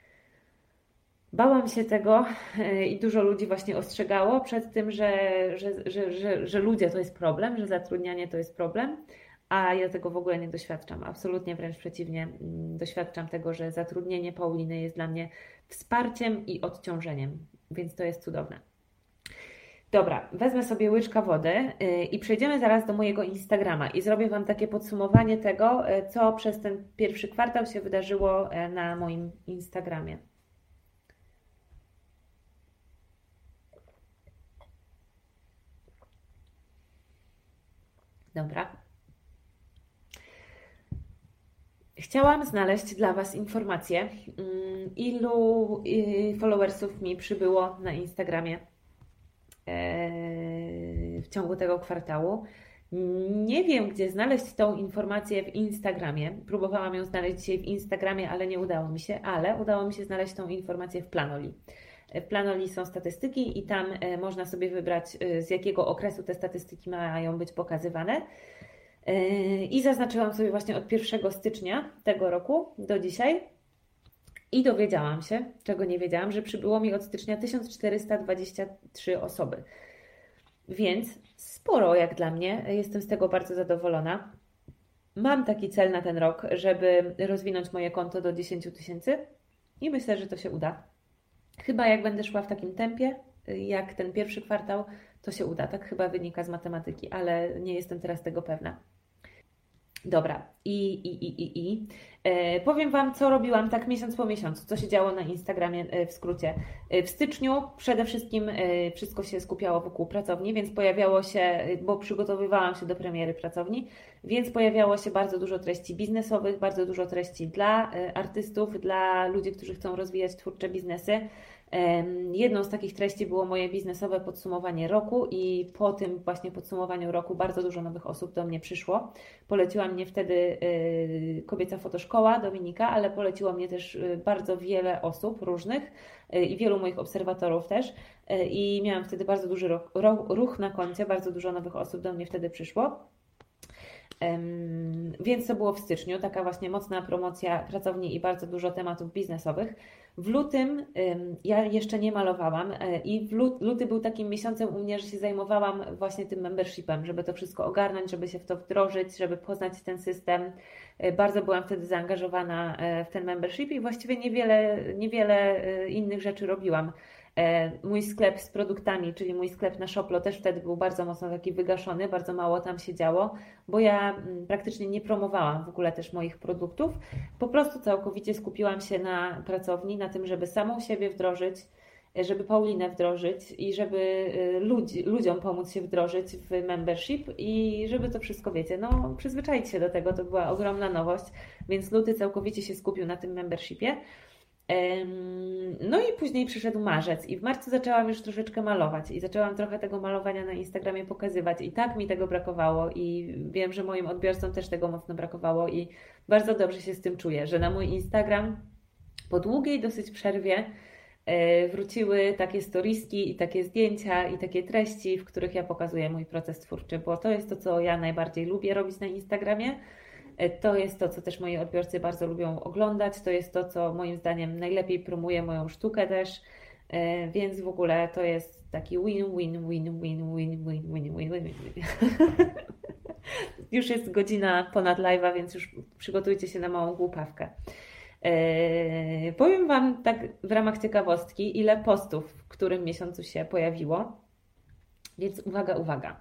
bałam się tego i dużo ludzi właśnie ostrzegało przed tym, że, że, że, że, że ludzie to jest problem, że zatrudnianie to jest problem, a ja tego w ogóle nie doświadczam. Absolutnie wręcz przeciwnie, doświadczam tego, że zatrudnienie Pauliny jest dla mnie wsparciem i odciążeniem, więc to jest cudowne. Dobra, wezmę sobie łyczka wody i przejdziemy zaraz do mojego Instagrama i zrobię Wam takie podsumowanie tego, co przez ten pierwszy kwartał się wydarzyło na moim Instagramie. Dobra. Chciałam znaleźć dla Was informację, ilu followersów mi przybyło na Instagramie w ciągu tego kwartału. Nie wiem, gdzie znaleźć tą informację w Instagramie. Próbowałam ją znaleźć dzisiaj w Instagramie, ale nie udało mi się, ale udało mi się znaleźć tą informację w Planoly. W Planoly są statystyki i tam można sobie wybrać, z jakiego okresu te statystyki mają być pokazywane. I zaznaczyłam sobie właśnie od pierwszego stycznia tego roku do dzisiaj i dowiedziałam się, czego nie wiedziałam, że przybyło mi od stycznia tysiąc czterysta dwadzieścia trzy osoby. Więc sporo jak dla mnie, jestem z tego bardzo zadowolona. Mam taki cel na ten rok, żeby rozwinąć moje konto do dziesięć tysięcy i myślę, że to się uda. Chyba jak będę szła w takim tempie, jak ten pierwszy kwartał, to się uda. Tak chyba wynika z matematyki, ale nie jestem teraz tego pewna. Dobra, i, i, i, i, i. E, powiem Wam, co robiłam tak miesiąc po miesiącu, co się działo na Instagramie e, w skrócie. E, w styczniu przede wszystkim e, wszystko się skupiało wokół pracowni, więc pojawiało się, e, bo przygotowywałam się do premiery pracowni, więc pojawiało się bardzo dużo treści biznesowych, bardzo dużo treści dla e, artystów, dla ludzi, którzy chcą rozwijać twórcze biznesy. Jedną z takich treści było moje biznesowe podsumowanie roku i po tym właśnie podsumowaniu roku bardzo dużo nowych osób do mnie przyszło. Poleciła mnie wtedy y, kobieca fotoszkoła Dominika, ale poleciło mnie też y, bardzo wiele osób różnych y, i wielu moich obserwatorów też y, i miałam wtedy bardzo duży ruch, ruch na koncie, bardzo dużo nowych osób do mnie wtedy przyszło. Więc to było w styczniu, taka właśnie mocna promocja pracowni i bardzo dużo tematów biznesowych. W lutym ja jeszcze nie malowałam i w luty był takim miesiącem u mnie, że się zajmowałam właśnie tym membershipem, żeby to wszystko ogarnąć, żeby się w to wdrożyć, żeby poznać ten system. Bardzo byłam wtedy zaangażowana w ten membership i właściwie niewiele, niewiele innych rzeczy robiłam. Mój sklep z produktami, czyli mój sklep na Shoplo też wtedy był bardzo mocno taki wygaszony, bardzo mało tam się działo, bo ja praktycznie nie promowałam w ogóle też moich produktów. Po prostu całkowicie skupiłam się na pracowni, na tym, żeby samą siebie wdrożyć, żeby Paulinę wdrożyć i żeby ludzi, ludziom pomóc się wdrożyć w membership i żeby to wszystko, wiecie, no przyzwyczaić się do tego, to była ogromna nowość, więc luty całkowicie się skupił na tym membershipie. No i później przyszedł marzec i w marcu zaczęłam już troszeczkę malować i zaczęłam trochę tego malowania na Instagramie pokazywać i tak mi tego brakowało i wiem, że moim odbiorcom też tego mocno brakowało i bardzo dobrze się z tym czuję, że na mój Instagram po długiej dosyć przerwie wróciły takie storiski i takie zdjęcia i takie treści, w których ja pokazuję mój proces twórczy, bo to jest to, co ja najbardziej lubię robić na Instagramie. To jest to, co też moi odbiorcy bardzo lubią oglądać, to jest to, co moim zdaniem najlepiej promuje moją sztukę też, więc w ogóle to jest taki win, win, win, win, win, win, win, win, win, win. Już jest godzina ponad live'a, więc już przygotujcie się na małą głupawkę. Powiem Wam tak w ramach ciekawostki, ile postów w którym miesiącu się pojawiło, więc uwaga, uwaga.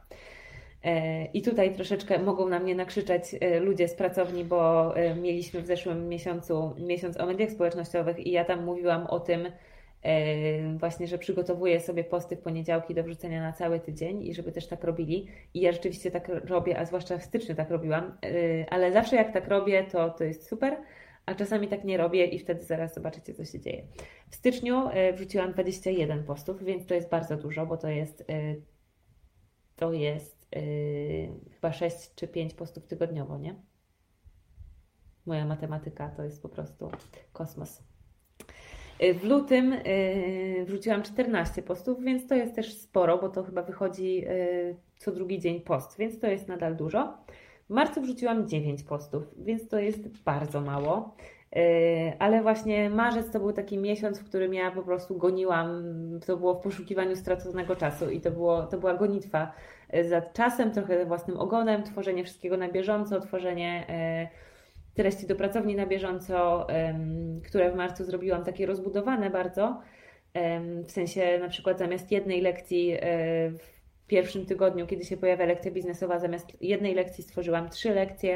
I tutaj troszeczkę mogą na mnie nakrzyczeć ludzie z pracowni, bo mieliśmy w zeszłym miesiącu miesiąc o mediach społecznościowych i ja tam mówiłam o tym właśnie, że przygotowuję sobie posty w poniedziałki do wrzucenia na cały tydzień i żeby też tak robili. I ja rzeczywiście tak robię, a zwłaszcza w styczniu tak robiłam, ale zawsze jak tak robię, to to jest super, a czasami tak nie robię i wtedy zaraz zobaczycie, co się dzieje. W styczniu wrzuciłam dwadzieścia jeden postów, więc to jest bardzo dużo, bo to jest to jest Yy, chyba sześć czy pięć postów tygodniowo, nie? Moja matematyka to jest po prostu kosmos. Yy, w lutym yy, wrzuciłam czternaście postów, więc to jest też sporo, bo to chyba wychodzi yy, co drugi dzień post, więc to jest nadal dużo. W marcu wrzuciłam dziewięć postów, więc to jest bardzo mało. Ale właśnie marzec to był taki miesiąc, w którym ja po prostu goniłam, to było w poszukiwaniu straconego czasu i to, było, to była gonitwa za czasem, trochę własnym ogonem, tworzenie wszystkiego na bieżąco, tworzenie treści do pracowni na bieżąco, które w marcu zrobiłam takie rozbudowane bardzo, w sensie na przykład zamiast jednej lekcji w pierwszym tygodniu, kiedy się pojawia lekcja biznesowa, zamiast jednej lekcji stworzyłam trzy lekcje.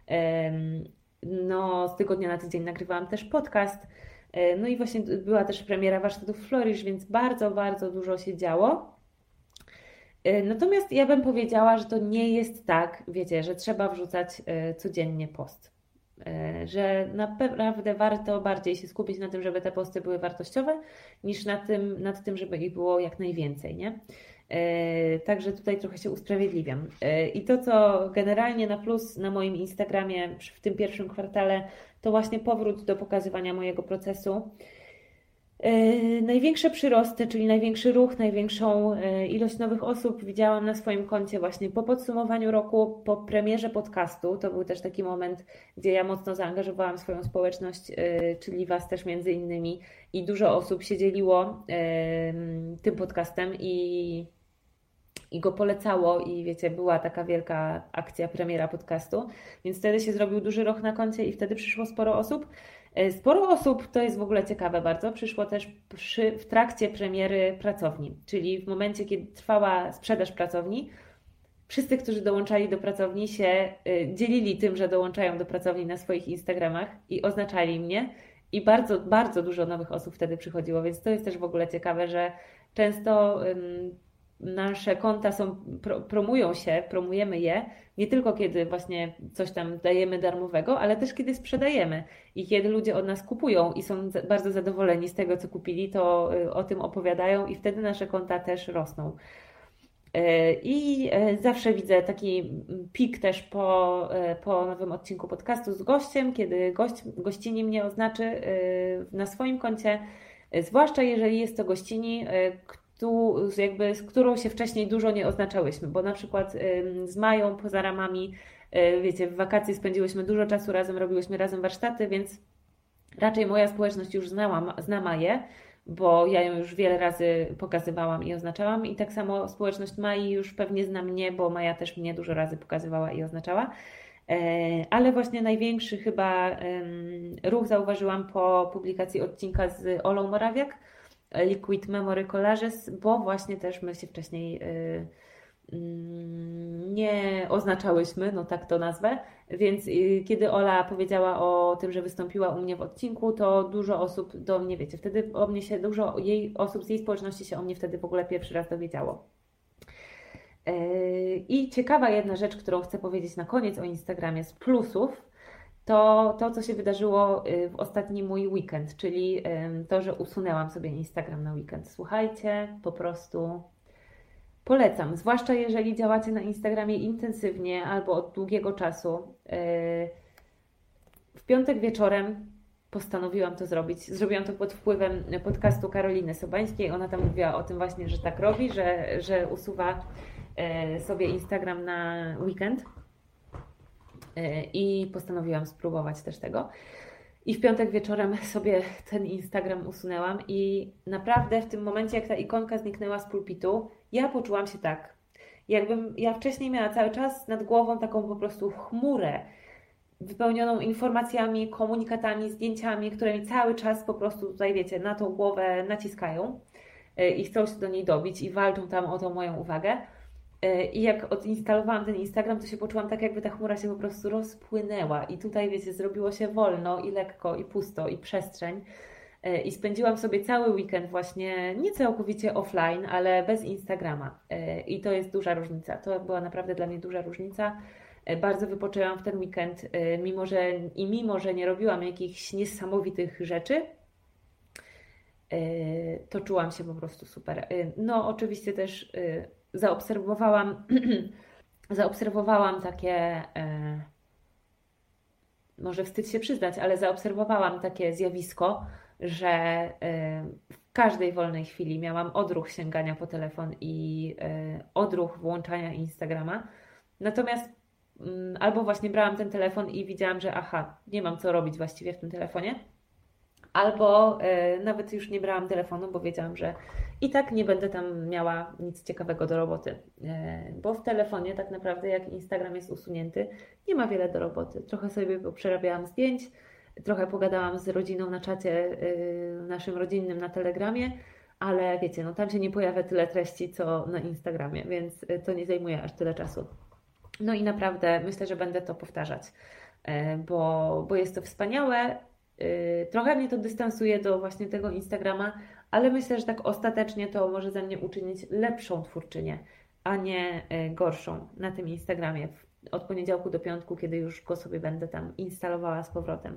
No, z tygodnia na tydzień nagrywałam też podcast. No i właśnie była też premiera warsztatów Flourish, więc bardzo, bardzo dużo się działo. Natomiast ja bym powiedziała, że to nie jest tak, wiecie, że trzeba wrzucać codziennie post. Że naprawdę warto bardziej się skupić na tym, żeby te posty były wartościowe, niż na tym, nad tym, żeby ich było jak najwięcej, nie? Także tutaj trochę się usprawiedliwiam. I to, co generalnie na plus na moim Instagramie w tym pierwszym kwartale, to właśnie powrót do pokazywania mojego procesu. Największe przyrosty, czyli największy ruch, największą ilość nowych osób widziałam na swoim koncie właśnie po podsumowaniu roku, po premierze podcastu. To był też taki moment, gdzie ja mocno zaangażowałam swoją społeczność, czyli Was też między innymi, i dużo osób się dzieliło tym podcastem i, i go polecało i wiecie, była taka wielka akcja premiera podcastu, więc wtedy się zrobił duży ruch na koncie i wtedy przyszło sporo osób. Sporo osób, to jest w ogóle ciekawe bardzo, przyszło też przy, w trakcie premiery pracowni, czyli w momencie, kiedy trwała sprzedaż pracowni, wszyscy, którzy dołączali do pracowni, się dzielili tym, że dołączają do pracowni na swoich Instagramach i oznaczali mnie. I bardzo, bardzo dużo nowych osób wtedy przychodziło, więc to jest też w ogóle ciekawe, że często nasze konta są, pro, promują się, promujemy je, nie tylko kiedy właśnie coś tam dajemy darmowego, ale też kiedy sprzedajemy i kiedy ludzie od nas kupują i są bardzo zadowoleni z tego, co kupili, to o tym opowiadają i wtedy nasze konta też rosną. I zawsze widzę taki pik też po, po nowym odcinku podcastu z gościem, kiedy gość, gościni mnie oznaczy na swoim koncie, zwłaszcza jeżeli jest to gościni, tu, jakby, z którą się wcześniej dużo nie oznaczałyśmy, bo na przykład z Mają poza ramami, wiecie, w wakacje spędziłyśmy dużo czasu razem, robiłyśmy razem warsztaty, więc raczej moja społeczność już znała, zna Maję, bo ja ją już wiele razy pokazywałam i oznaczałam i tak samo społeczność Mai już pewnie zna mnie, bo Maja też mnie dużo razy pokazywała i oznaczała. Ale właśnie największy chyba ruch zauważyłam po publikacji odcinka z Olą Morawiak, Liquid Memory Collages, bo właśnie też my się wcześniej nie oznaczałyśmy, no tak to nazwę, więc kiedy Ola powiedziała o tym, że wystąpiła u mnie w odcinku, to dużo osób do mnie, wiecie, wtedy o mnie się, dużo jej osób z jej społeczności się o mnie wtedy w ogóle pierwszy raz dowiedziało. I ciekawa jedna rzecz, którą chcę powiedzieć na koniec o Instagramie z plusów, to to, co się wydarzyło w ostatni mój weekend, czyli to, że usunęłam sobie Instagram na weekend. Słuchajcie, po prostu polecam, zwłaszcza jeżeli działacie na Instagramie intensywnie albo od długiego czasu. W piątek wieczorem postanowiłam to zrobić. Zrobiłam to pod wpływem podcastu Karoliny Sobańskiej. Ona tam mówiła o tym właśnie, że tak robi, że, że usuwa sobie Instagram na weekend. I postanowiłam spróbować też tego. I w piątek wieczorem sobie ten Instagram usunęłam i naprawdę w tym momencie, jak ta ikonka zniknęła z pulpitu, ja poczułam się tak, jakbym ja wcześniej miała cały czas nad głową taką po prostu chmurę wypełnioną informacjami, komunikatami, zdjęciami, które mi cały czas po prostu tutaj, wiecie, na tą głowę naciskają i chcą się do niej dobić i walczą tam o tą moją uwagę. I jak odinstalowałam ten Instagram, to się poczułam tak, jakby ta chmura się po prostu rozpłynęła i tutaj, wiecie, zrobiło się wolno i lekko i pusto i przestrzeń i spędziłam sobie cały weekend właśnie nie całkowicie offline, ale bez Instagrama i to jest duża różnica, to była naprawdę dla mnie duża różnica. Bardzo wypoczęłam w ten weekend, mimo że i mimo, że nie robiłam jakichś niesamowitych rzeczy, to czułam się po prostu super. No oczywiście też zaobserwowałam, zaobserwowałam takie, e, może wstyd się przyznać, ale zaobserwowałam takie zjawisko, że e, w każdej wolnej chwili miałam odruch sięgania po telefon i e, odruch włączania Instagrama. Natomiast m, albo właśnie brałam ten telefon i widziałam, że aha, nie mam co robić właściwie w tym telefonie, albo e, nawet już nie brałam telefonu, bo wiedziałam, że i tak nie będę tam miała nic ciekawego do roboty, e, bo w telefonie tak naprawdę jak Instagram jest usunięty, nie ma wiele do roboty. Trochę sobie przerabiałam zdjęć, trochę pogadałam z rodziną na czacie e, naszym rodzinnym na Telegramie, ale wiecie, no tam się nie pojawia tyle treści, co na Instagramie, więc to nie zajmuje aż tyle czasu. No i naprawdę myślę, że będę to powtarzać, e, bo, bo jest to wspaniałe. Trochę mnie to dystansuje do właśnie tego Instagrama, ale myślę, że tak ostatecznie to może ze mnie uczynić lepszą twórczynię, a nie gorszą na tym Instagramie od poniedziałku do piątku, kiedy już go sobie będę tam instalowała z powrotem.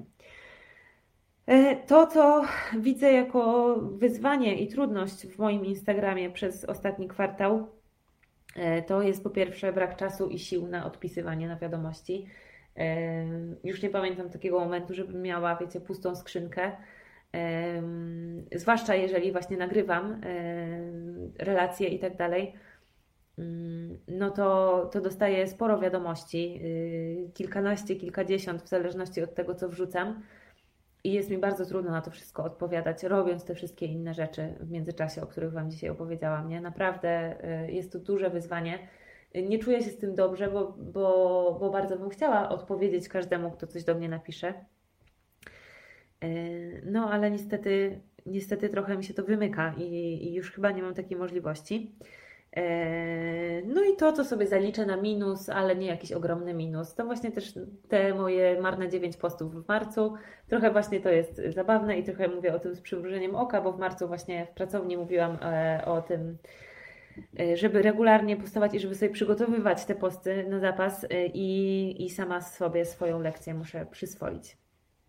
To, co widzę jako wyzwanie i trudność w moim Instagramie przez ostatni kwartał, to jest po pierwsze brak czasu i sił na odpisywanie na wiadomości. Już nie pamiętam takiego momentu, żebym miała, wiecie, pustą skrzynkę. Zwłaszcza jeżeli właśnie nagrywam relacje i tak dalej, no to, to dostaję sporo wiadomości, kilkanaście, kilkadziesiąt, w zależności od tego, co wrzucam. I jest mi bardzo trudno na to wszystko odpowiadać, robiąc te wszystkie inne rzeczy w międzyczasie, o których Wam dzisiaj opowiedziałam. Nie? Naprawdę jest to duże wyzwanie. Nie czuję się z tym dobrze, bo, bo, bo bardzo bym chciała odpowiedzieć każdemu, kto coś do mnie napisze. No, ale niestety, niestety trochę mi się to wymyka i, i już chyba nie mam takiej możliwości. No i to, co sobie zaliczę na minus, ale nie jakiś ogromny minus, to właśnie też te moje marne dziewięć postów w marcu. Trochę właśnie to jest zabawne i trochę mówię o tym z przymrużeniem oka, bo w marcu właśnie w pracowni mówiłam o tym, żeby regularnie postować i żeby sobie przygotowywać te posty na zapas i, i sama sobie swoją lekcję muszę przyswoić.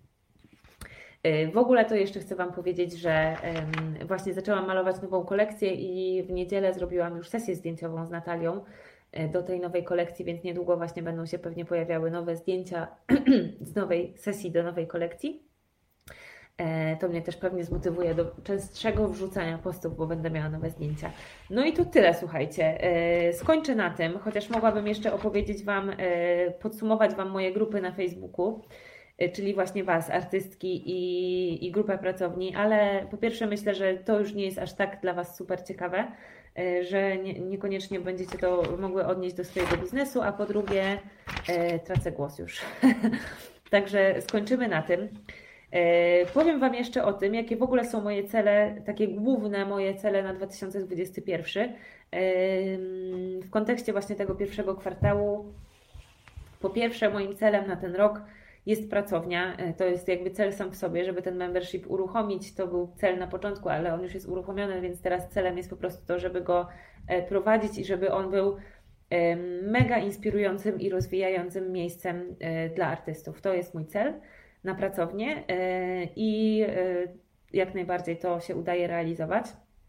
W ogóle to jeszcze chcę Wam powiedzieć, że właśnie zaczęłam malować nową kolekcję i w niedzielę zrobiłam już sesję zdjęciową z Natalią do tej nowej kolekcji, więc niedługo właśnie będą się pewnie pojawiały nowe zdjęcia z nowej sesji do nowej kolekcji. To mnie też pewnie zmotywuje do częstszego wrzucania postów, bo będę miała nowe zdjęcia. No i to tyle, słuchajcie. Skończę na tym, chociaż mogłabym jeszcze opowiedzieć Wam, podsumować Wam moje grupy na Facebooku, czyli właśnie Was, artystki i, i grupę pracowni, ale po pierwsze myślę, że to już nie jest aż tak dla Was super ciekawe, że nie, niekoniecznie będziecie to mogły odnieść do swojego biznesu, a po drugie e, tracę głos już. Także skończymy na tym. E, powiem Wam jeszcze o tym, jakie w ogóle są moje cele, takie główne moje cele na dwa tysiące dwudziesty pierwszy. E, w kontekście właśnie tego pierwszego kwartału. Po pierwsze, moim celem na ten rok jest pracownia, to jest jakby cel sam w sobie, żeby ten membership uruchomić. To był cel na początku, ale on już jest uruchomiony, więc teraz celem jest po prostu to, żeby go prowadzić i żeby on był mega inspirującym i rozwijającym miejscem dla artystów. To jest mój cel na pracownię i jak najbardziej to się udaje realizować.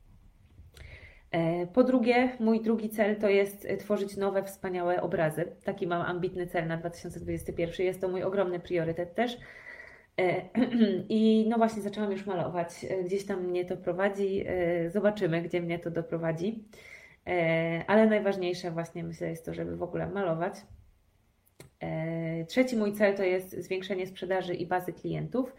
Po drugie, mój drugi cel to jest tworzyć nowe, wspaniałe obrazy. Taki mam ambitny cel na dwa tysiące dwudziesty pierwszy. Jest to mój ogromny priorytet też. I no właśnie zaczęłam już malować. Gdzieś tam mnie to prowadzi. Zobaczymy, gdzie mnie to doprowadzi. Ale najważniejsze właśnie myślę jest to, żeby w ogóle malować. Trzeci mój cel to jest zwiększenie sprzedaży i bazy klientów.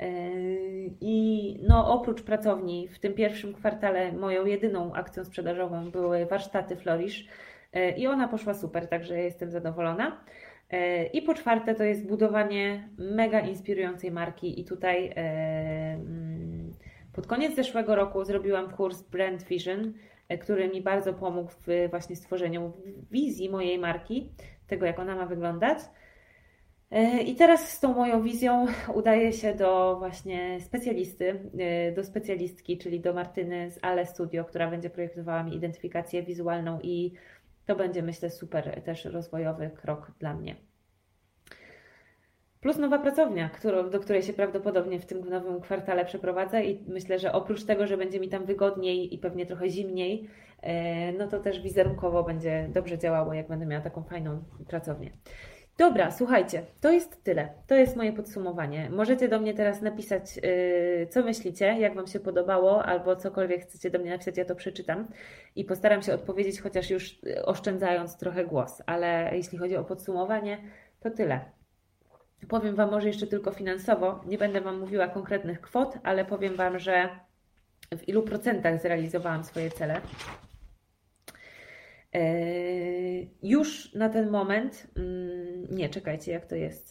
I no, oprócz pracowni w tym pierwszym kwartale moją jedyną akcją sprzedażową były warsztaty Flourish i ona poszła super, także ja jestem zadowolona. I po czwarte to jest budowanie mega inspirującej marki i tutaj pod koniec zeszłego roku zrobiłam kurs Brand Vision, który mi bardzo pomógł w właśnie stworzeniu wizji mojej marki, tego jak ona ma wyglądać. I teraz z tą moją wizją udaję się do właśnie specjalisty, do specjalistki, czyli do Martyny z Ale Studio, która będzie projektowała mi identyfikację wizualną i to będzie, myślę, super też rozwojowy krok dla mnie. Plus nowa pracownia, którą, do której się prawdopodobnie w tym nowym kwartale przeprowadzę i myślę, że oprócz tego, że będzie mi tam wygodniej i pewnie trochę zimniej, no to też wizerunkowo będzie dobrze działało, jak będę miała taką fajną pracownię. Dobra, słuchajcie, to jest tyle. To jest moje podsumowanie. Możecie do mnie teraz napisać, yy, co myślicie, jak Wam się podobało, albo cokolwiek chcecie do mnie napisać, ja to przeczytam i postaram się odpowiedzieć, chociaż już oszczędzając trochę głos. Ale jeśli chodzi o podsumowanie, to tyle. Powiem Wam może jeszcze tylko finansowo, nie będę Wam mówiła konkretnych kwot, ale powiem Wam, że w ilu procentach zrealizowałam swoje cele. Już na ten moment, nie, czekajcie, jak to jest.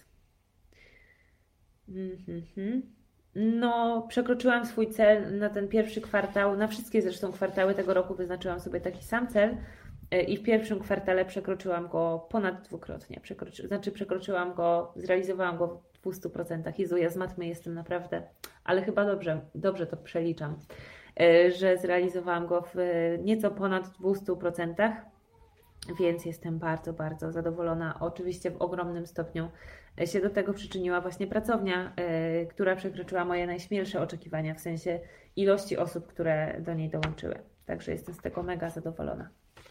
No, przekroczyłam swój cel na ten pierwszy kwartał, na wszystkie zresztą kwartały tego roku wyznaczyłam sobie taki sam cel i w pierwszym kwartale przekroczyłam go ponad dwukrotnie. Przekroczy, znaczy przekroczyłam go, zrealizowałam go w dwustu procentach. Jezu, ja z matmy jestem naprawdę, ale chyba dobrze, dobrze to przeliczam, że zrealizowałam go w nieco ponad dwustu procentach, więc jestem bardzo, bardzo zadowolona. Oczywiście w ogromnym stopniu się do tego przyczyniła właśnie pracownia, która przekroczyła moje najśmielsze oczekiwania, w sensie ilości osób, które do niej dołączyły. Także jestem z tego mega zadowolona.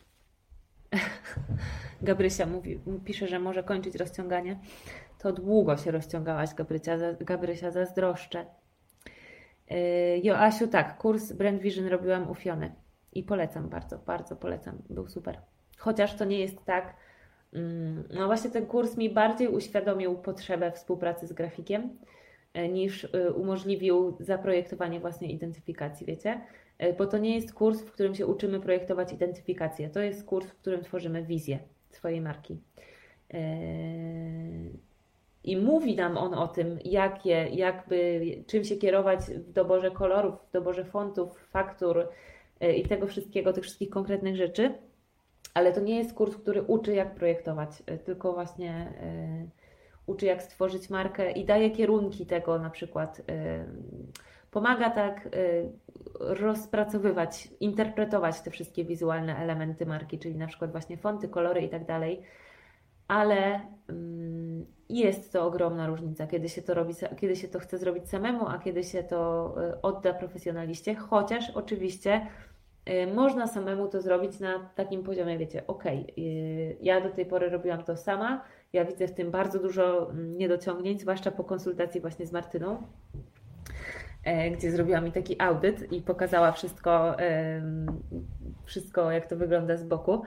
Gabrysia mówi, pisze, że może kończyć rozciąganie. To długo się rozciągałaś, Gabrysia, Gabrysia zazdroszczę. Joasiu, tak, kurs Brand Vision robiłam u Fiony i polecam bardzo, bardzo polecam, był super. Chociaż to nie jest tak, no właśnie ten kurs mi bardziej uświadomił potrzebę współpracy z grafikiem niż umożliwił zaprojektowanie własnej identyfikacji, wiecie? Bo to nie jest kurs, w którym się uczymy projektować identyfikację, to jest kurs, w którym tworzymy wizję swojej marki. I mówi nam on o tym, jakie, jakby, czym się kierować w doborze kolorów, w doborze fontów, faktur, i tego wszystkiego, tych wszystkich konkretnych rzeczy, ale to nie jest kurs, który uczy, jak projektować, tylko właśnie uczy, jak stworzyć markę i daje kierunki tego, na przykład pomaga tak rozpracowywać, interpretować te wszystkie wizualne elementy marki, czyli na przykład właśnie fonty, kolory i tak dalej, ale jest to ogromna różnica, kiedy się to robi, kiedy się to chce zrobić samemu, a kiedy się to odda profesjonaliście, chociaż oczywiście można samemu to zrobić na takim poziomie, wiecie, ok, ja do tej pory robiłam to sama, ja widzę w tym bardzo dużo niedociągnięć, zwłaszcza po konsultacji właśnie z Martyną, gdzie zrobiła mi taki audyt i pokazała wszystko, wszystko jak to wygląda z boku.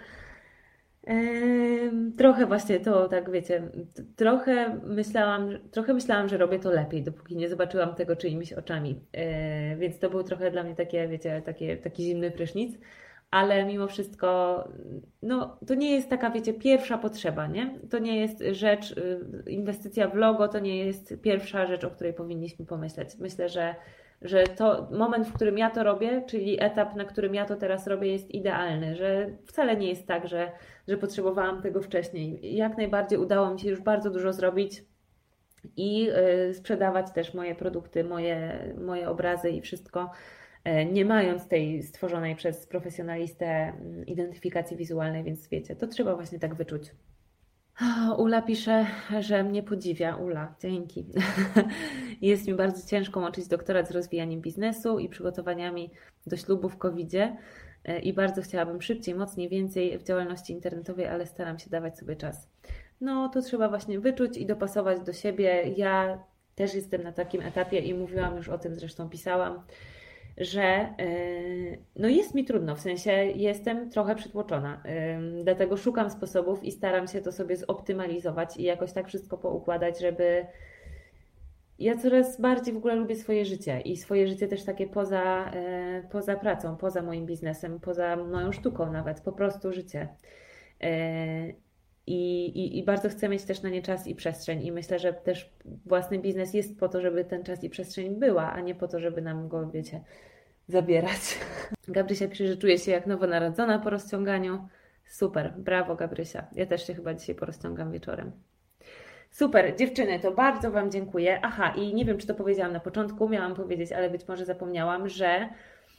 Trochę właśnie to, tak wiecie, trochę myślałam, trochę myślałam, że robię to lepiej, dopóki nie zobaczyłam tego czyimiś oczami. Więc to był trochę dla mnie takie, wiecie, takie, taki zimny prysznic, ale mimo wszystko, no to nie jest taka, wiecie, pierwsza potrzeba, nie? To nie jest rzecz, inwestycja w logo to nie jest pierwsza rzecz, o której powinniśmy pomyśleć. Myślę, że że to moment, w którym ja to robię, czyli etap, na którym ja to teraz robię, jest idealny, że wcale nie jest tak, że, że potrzebowałam tego wcześniej. Jak najbardziej udało mi się już bardzo dużo zrobić i yy, sprzedawać też moje produkty, moje, moje obrazy i wszystko, yy, nie mając tej stworzonej przez profesjonalistę yy, identyfikacji wizualnej, więc wiecie, to trzeba właśnie tak wyczuć. Ula pisze, że mnie podziwia. Ula, dzięki. Jest mi bardzo ciężko łączyć doktorat z rozwijaniem biznesu i przygotowaniami do ślubu w kowidzie i bardzo chciałabym szybciej, mocniej, więcej w działalności internetowej, ale staram się dawać sobie czas. No to trzeba właśnie wyczuć i dopasować do siebie. Ja też jestem na takim etapie i mówiłam już o tym, zresztą pisałam, że yy, no jest mi trudno, w sensie jestem trochę przytłoczona, yy, dlatego szukam sposobów i staram się to sobie zoptymalizować i jakoś tak wszystko poukładać, żeby ja coraz bardziej w ogóle lubię swoje życie i swoje życie też takie poza, yy, poza pracą, poza moim biznesem, poza moją sztuką nawet, po prostu życie. Yy, I, i, I bardzo chcę mieć też na nie czas i przestrzeń i myślę, że też własny biznes jest po to, żeby ten czas i przestrzeń była, a nie po to, żeby nam go, wiecie, zabierać. Gabrysia pisze, że czuje się jak nowonarodzona po rozciąganiu. Super, brawo Gabrysia. Ja też się chyba dzisiaj porozciągam wieczorem. Super, dziewczyny, to bardzo Wam dziękuję. Aha, i nie wiem, czy to powiedziałam na początku, miałam powiedzieć, ale być może zapomniałam, że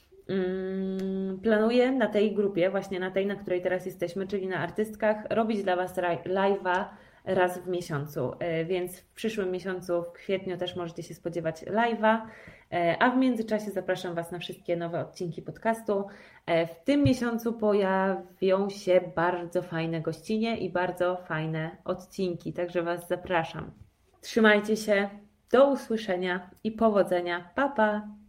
planuję na tej grupie, właśnie na tej, na której teraz jesteśmy, czyli na Artystkach, robić dla Was live'a raz w miesiącu, więc w przyszłym miesiącu, w kwietniu też możecie się spodziewać live'a, a w międzyczasie zapraszam Was na wszystkie nowe odcinki podcastu. W tym miesiącu pojawią się bardzo fajne gościnie i bardzo fajne odcinki, także Was zapraszam. Trzymajcie się, do usłyszenia i powodzenia. Pa, pa!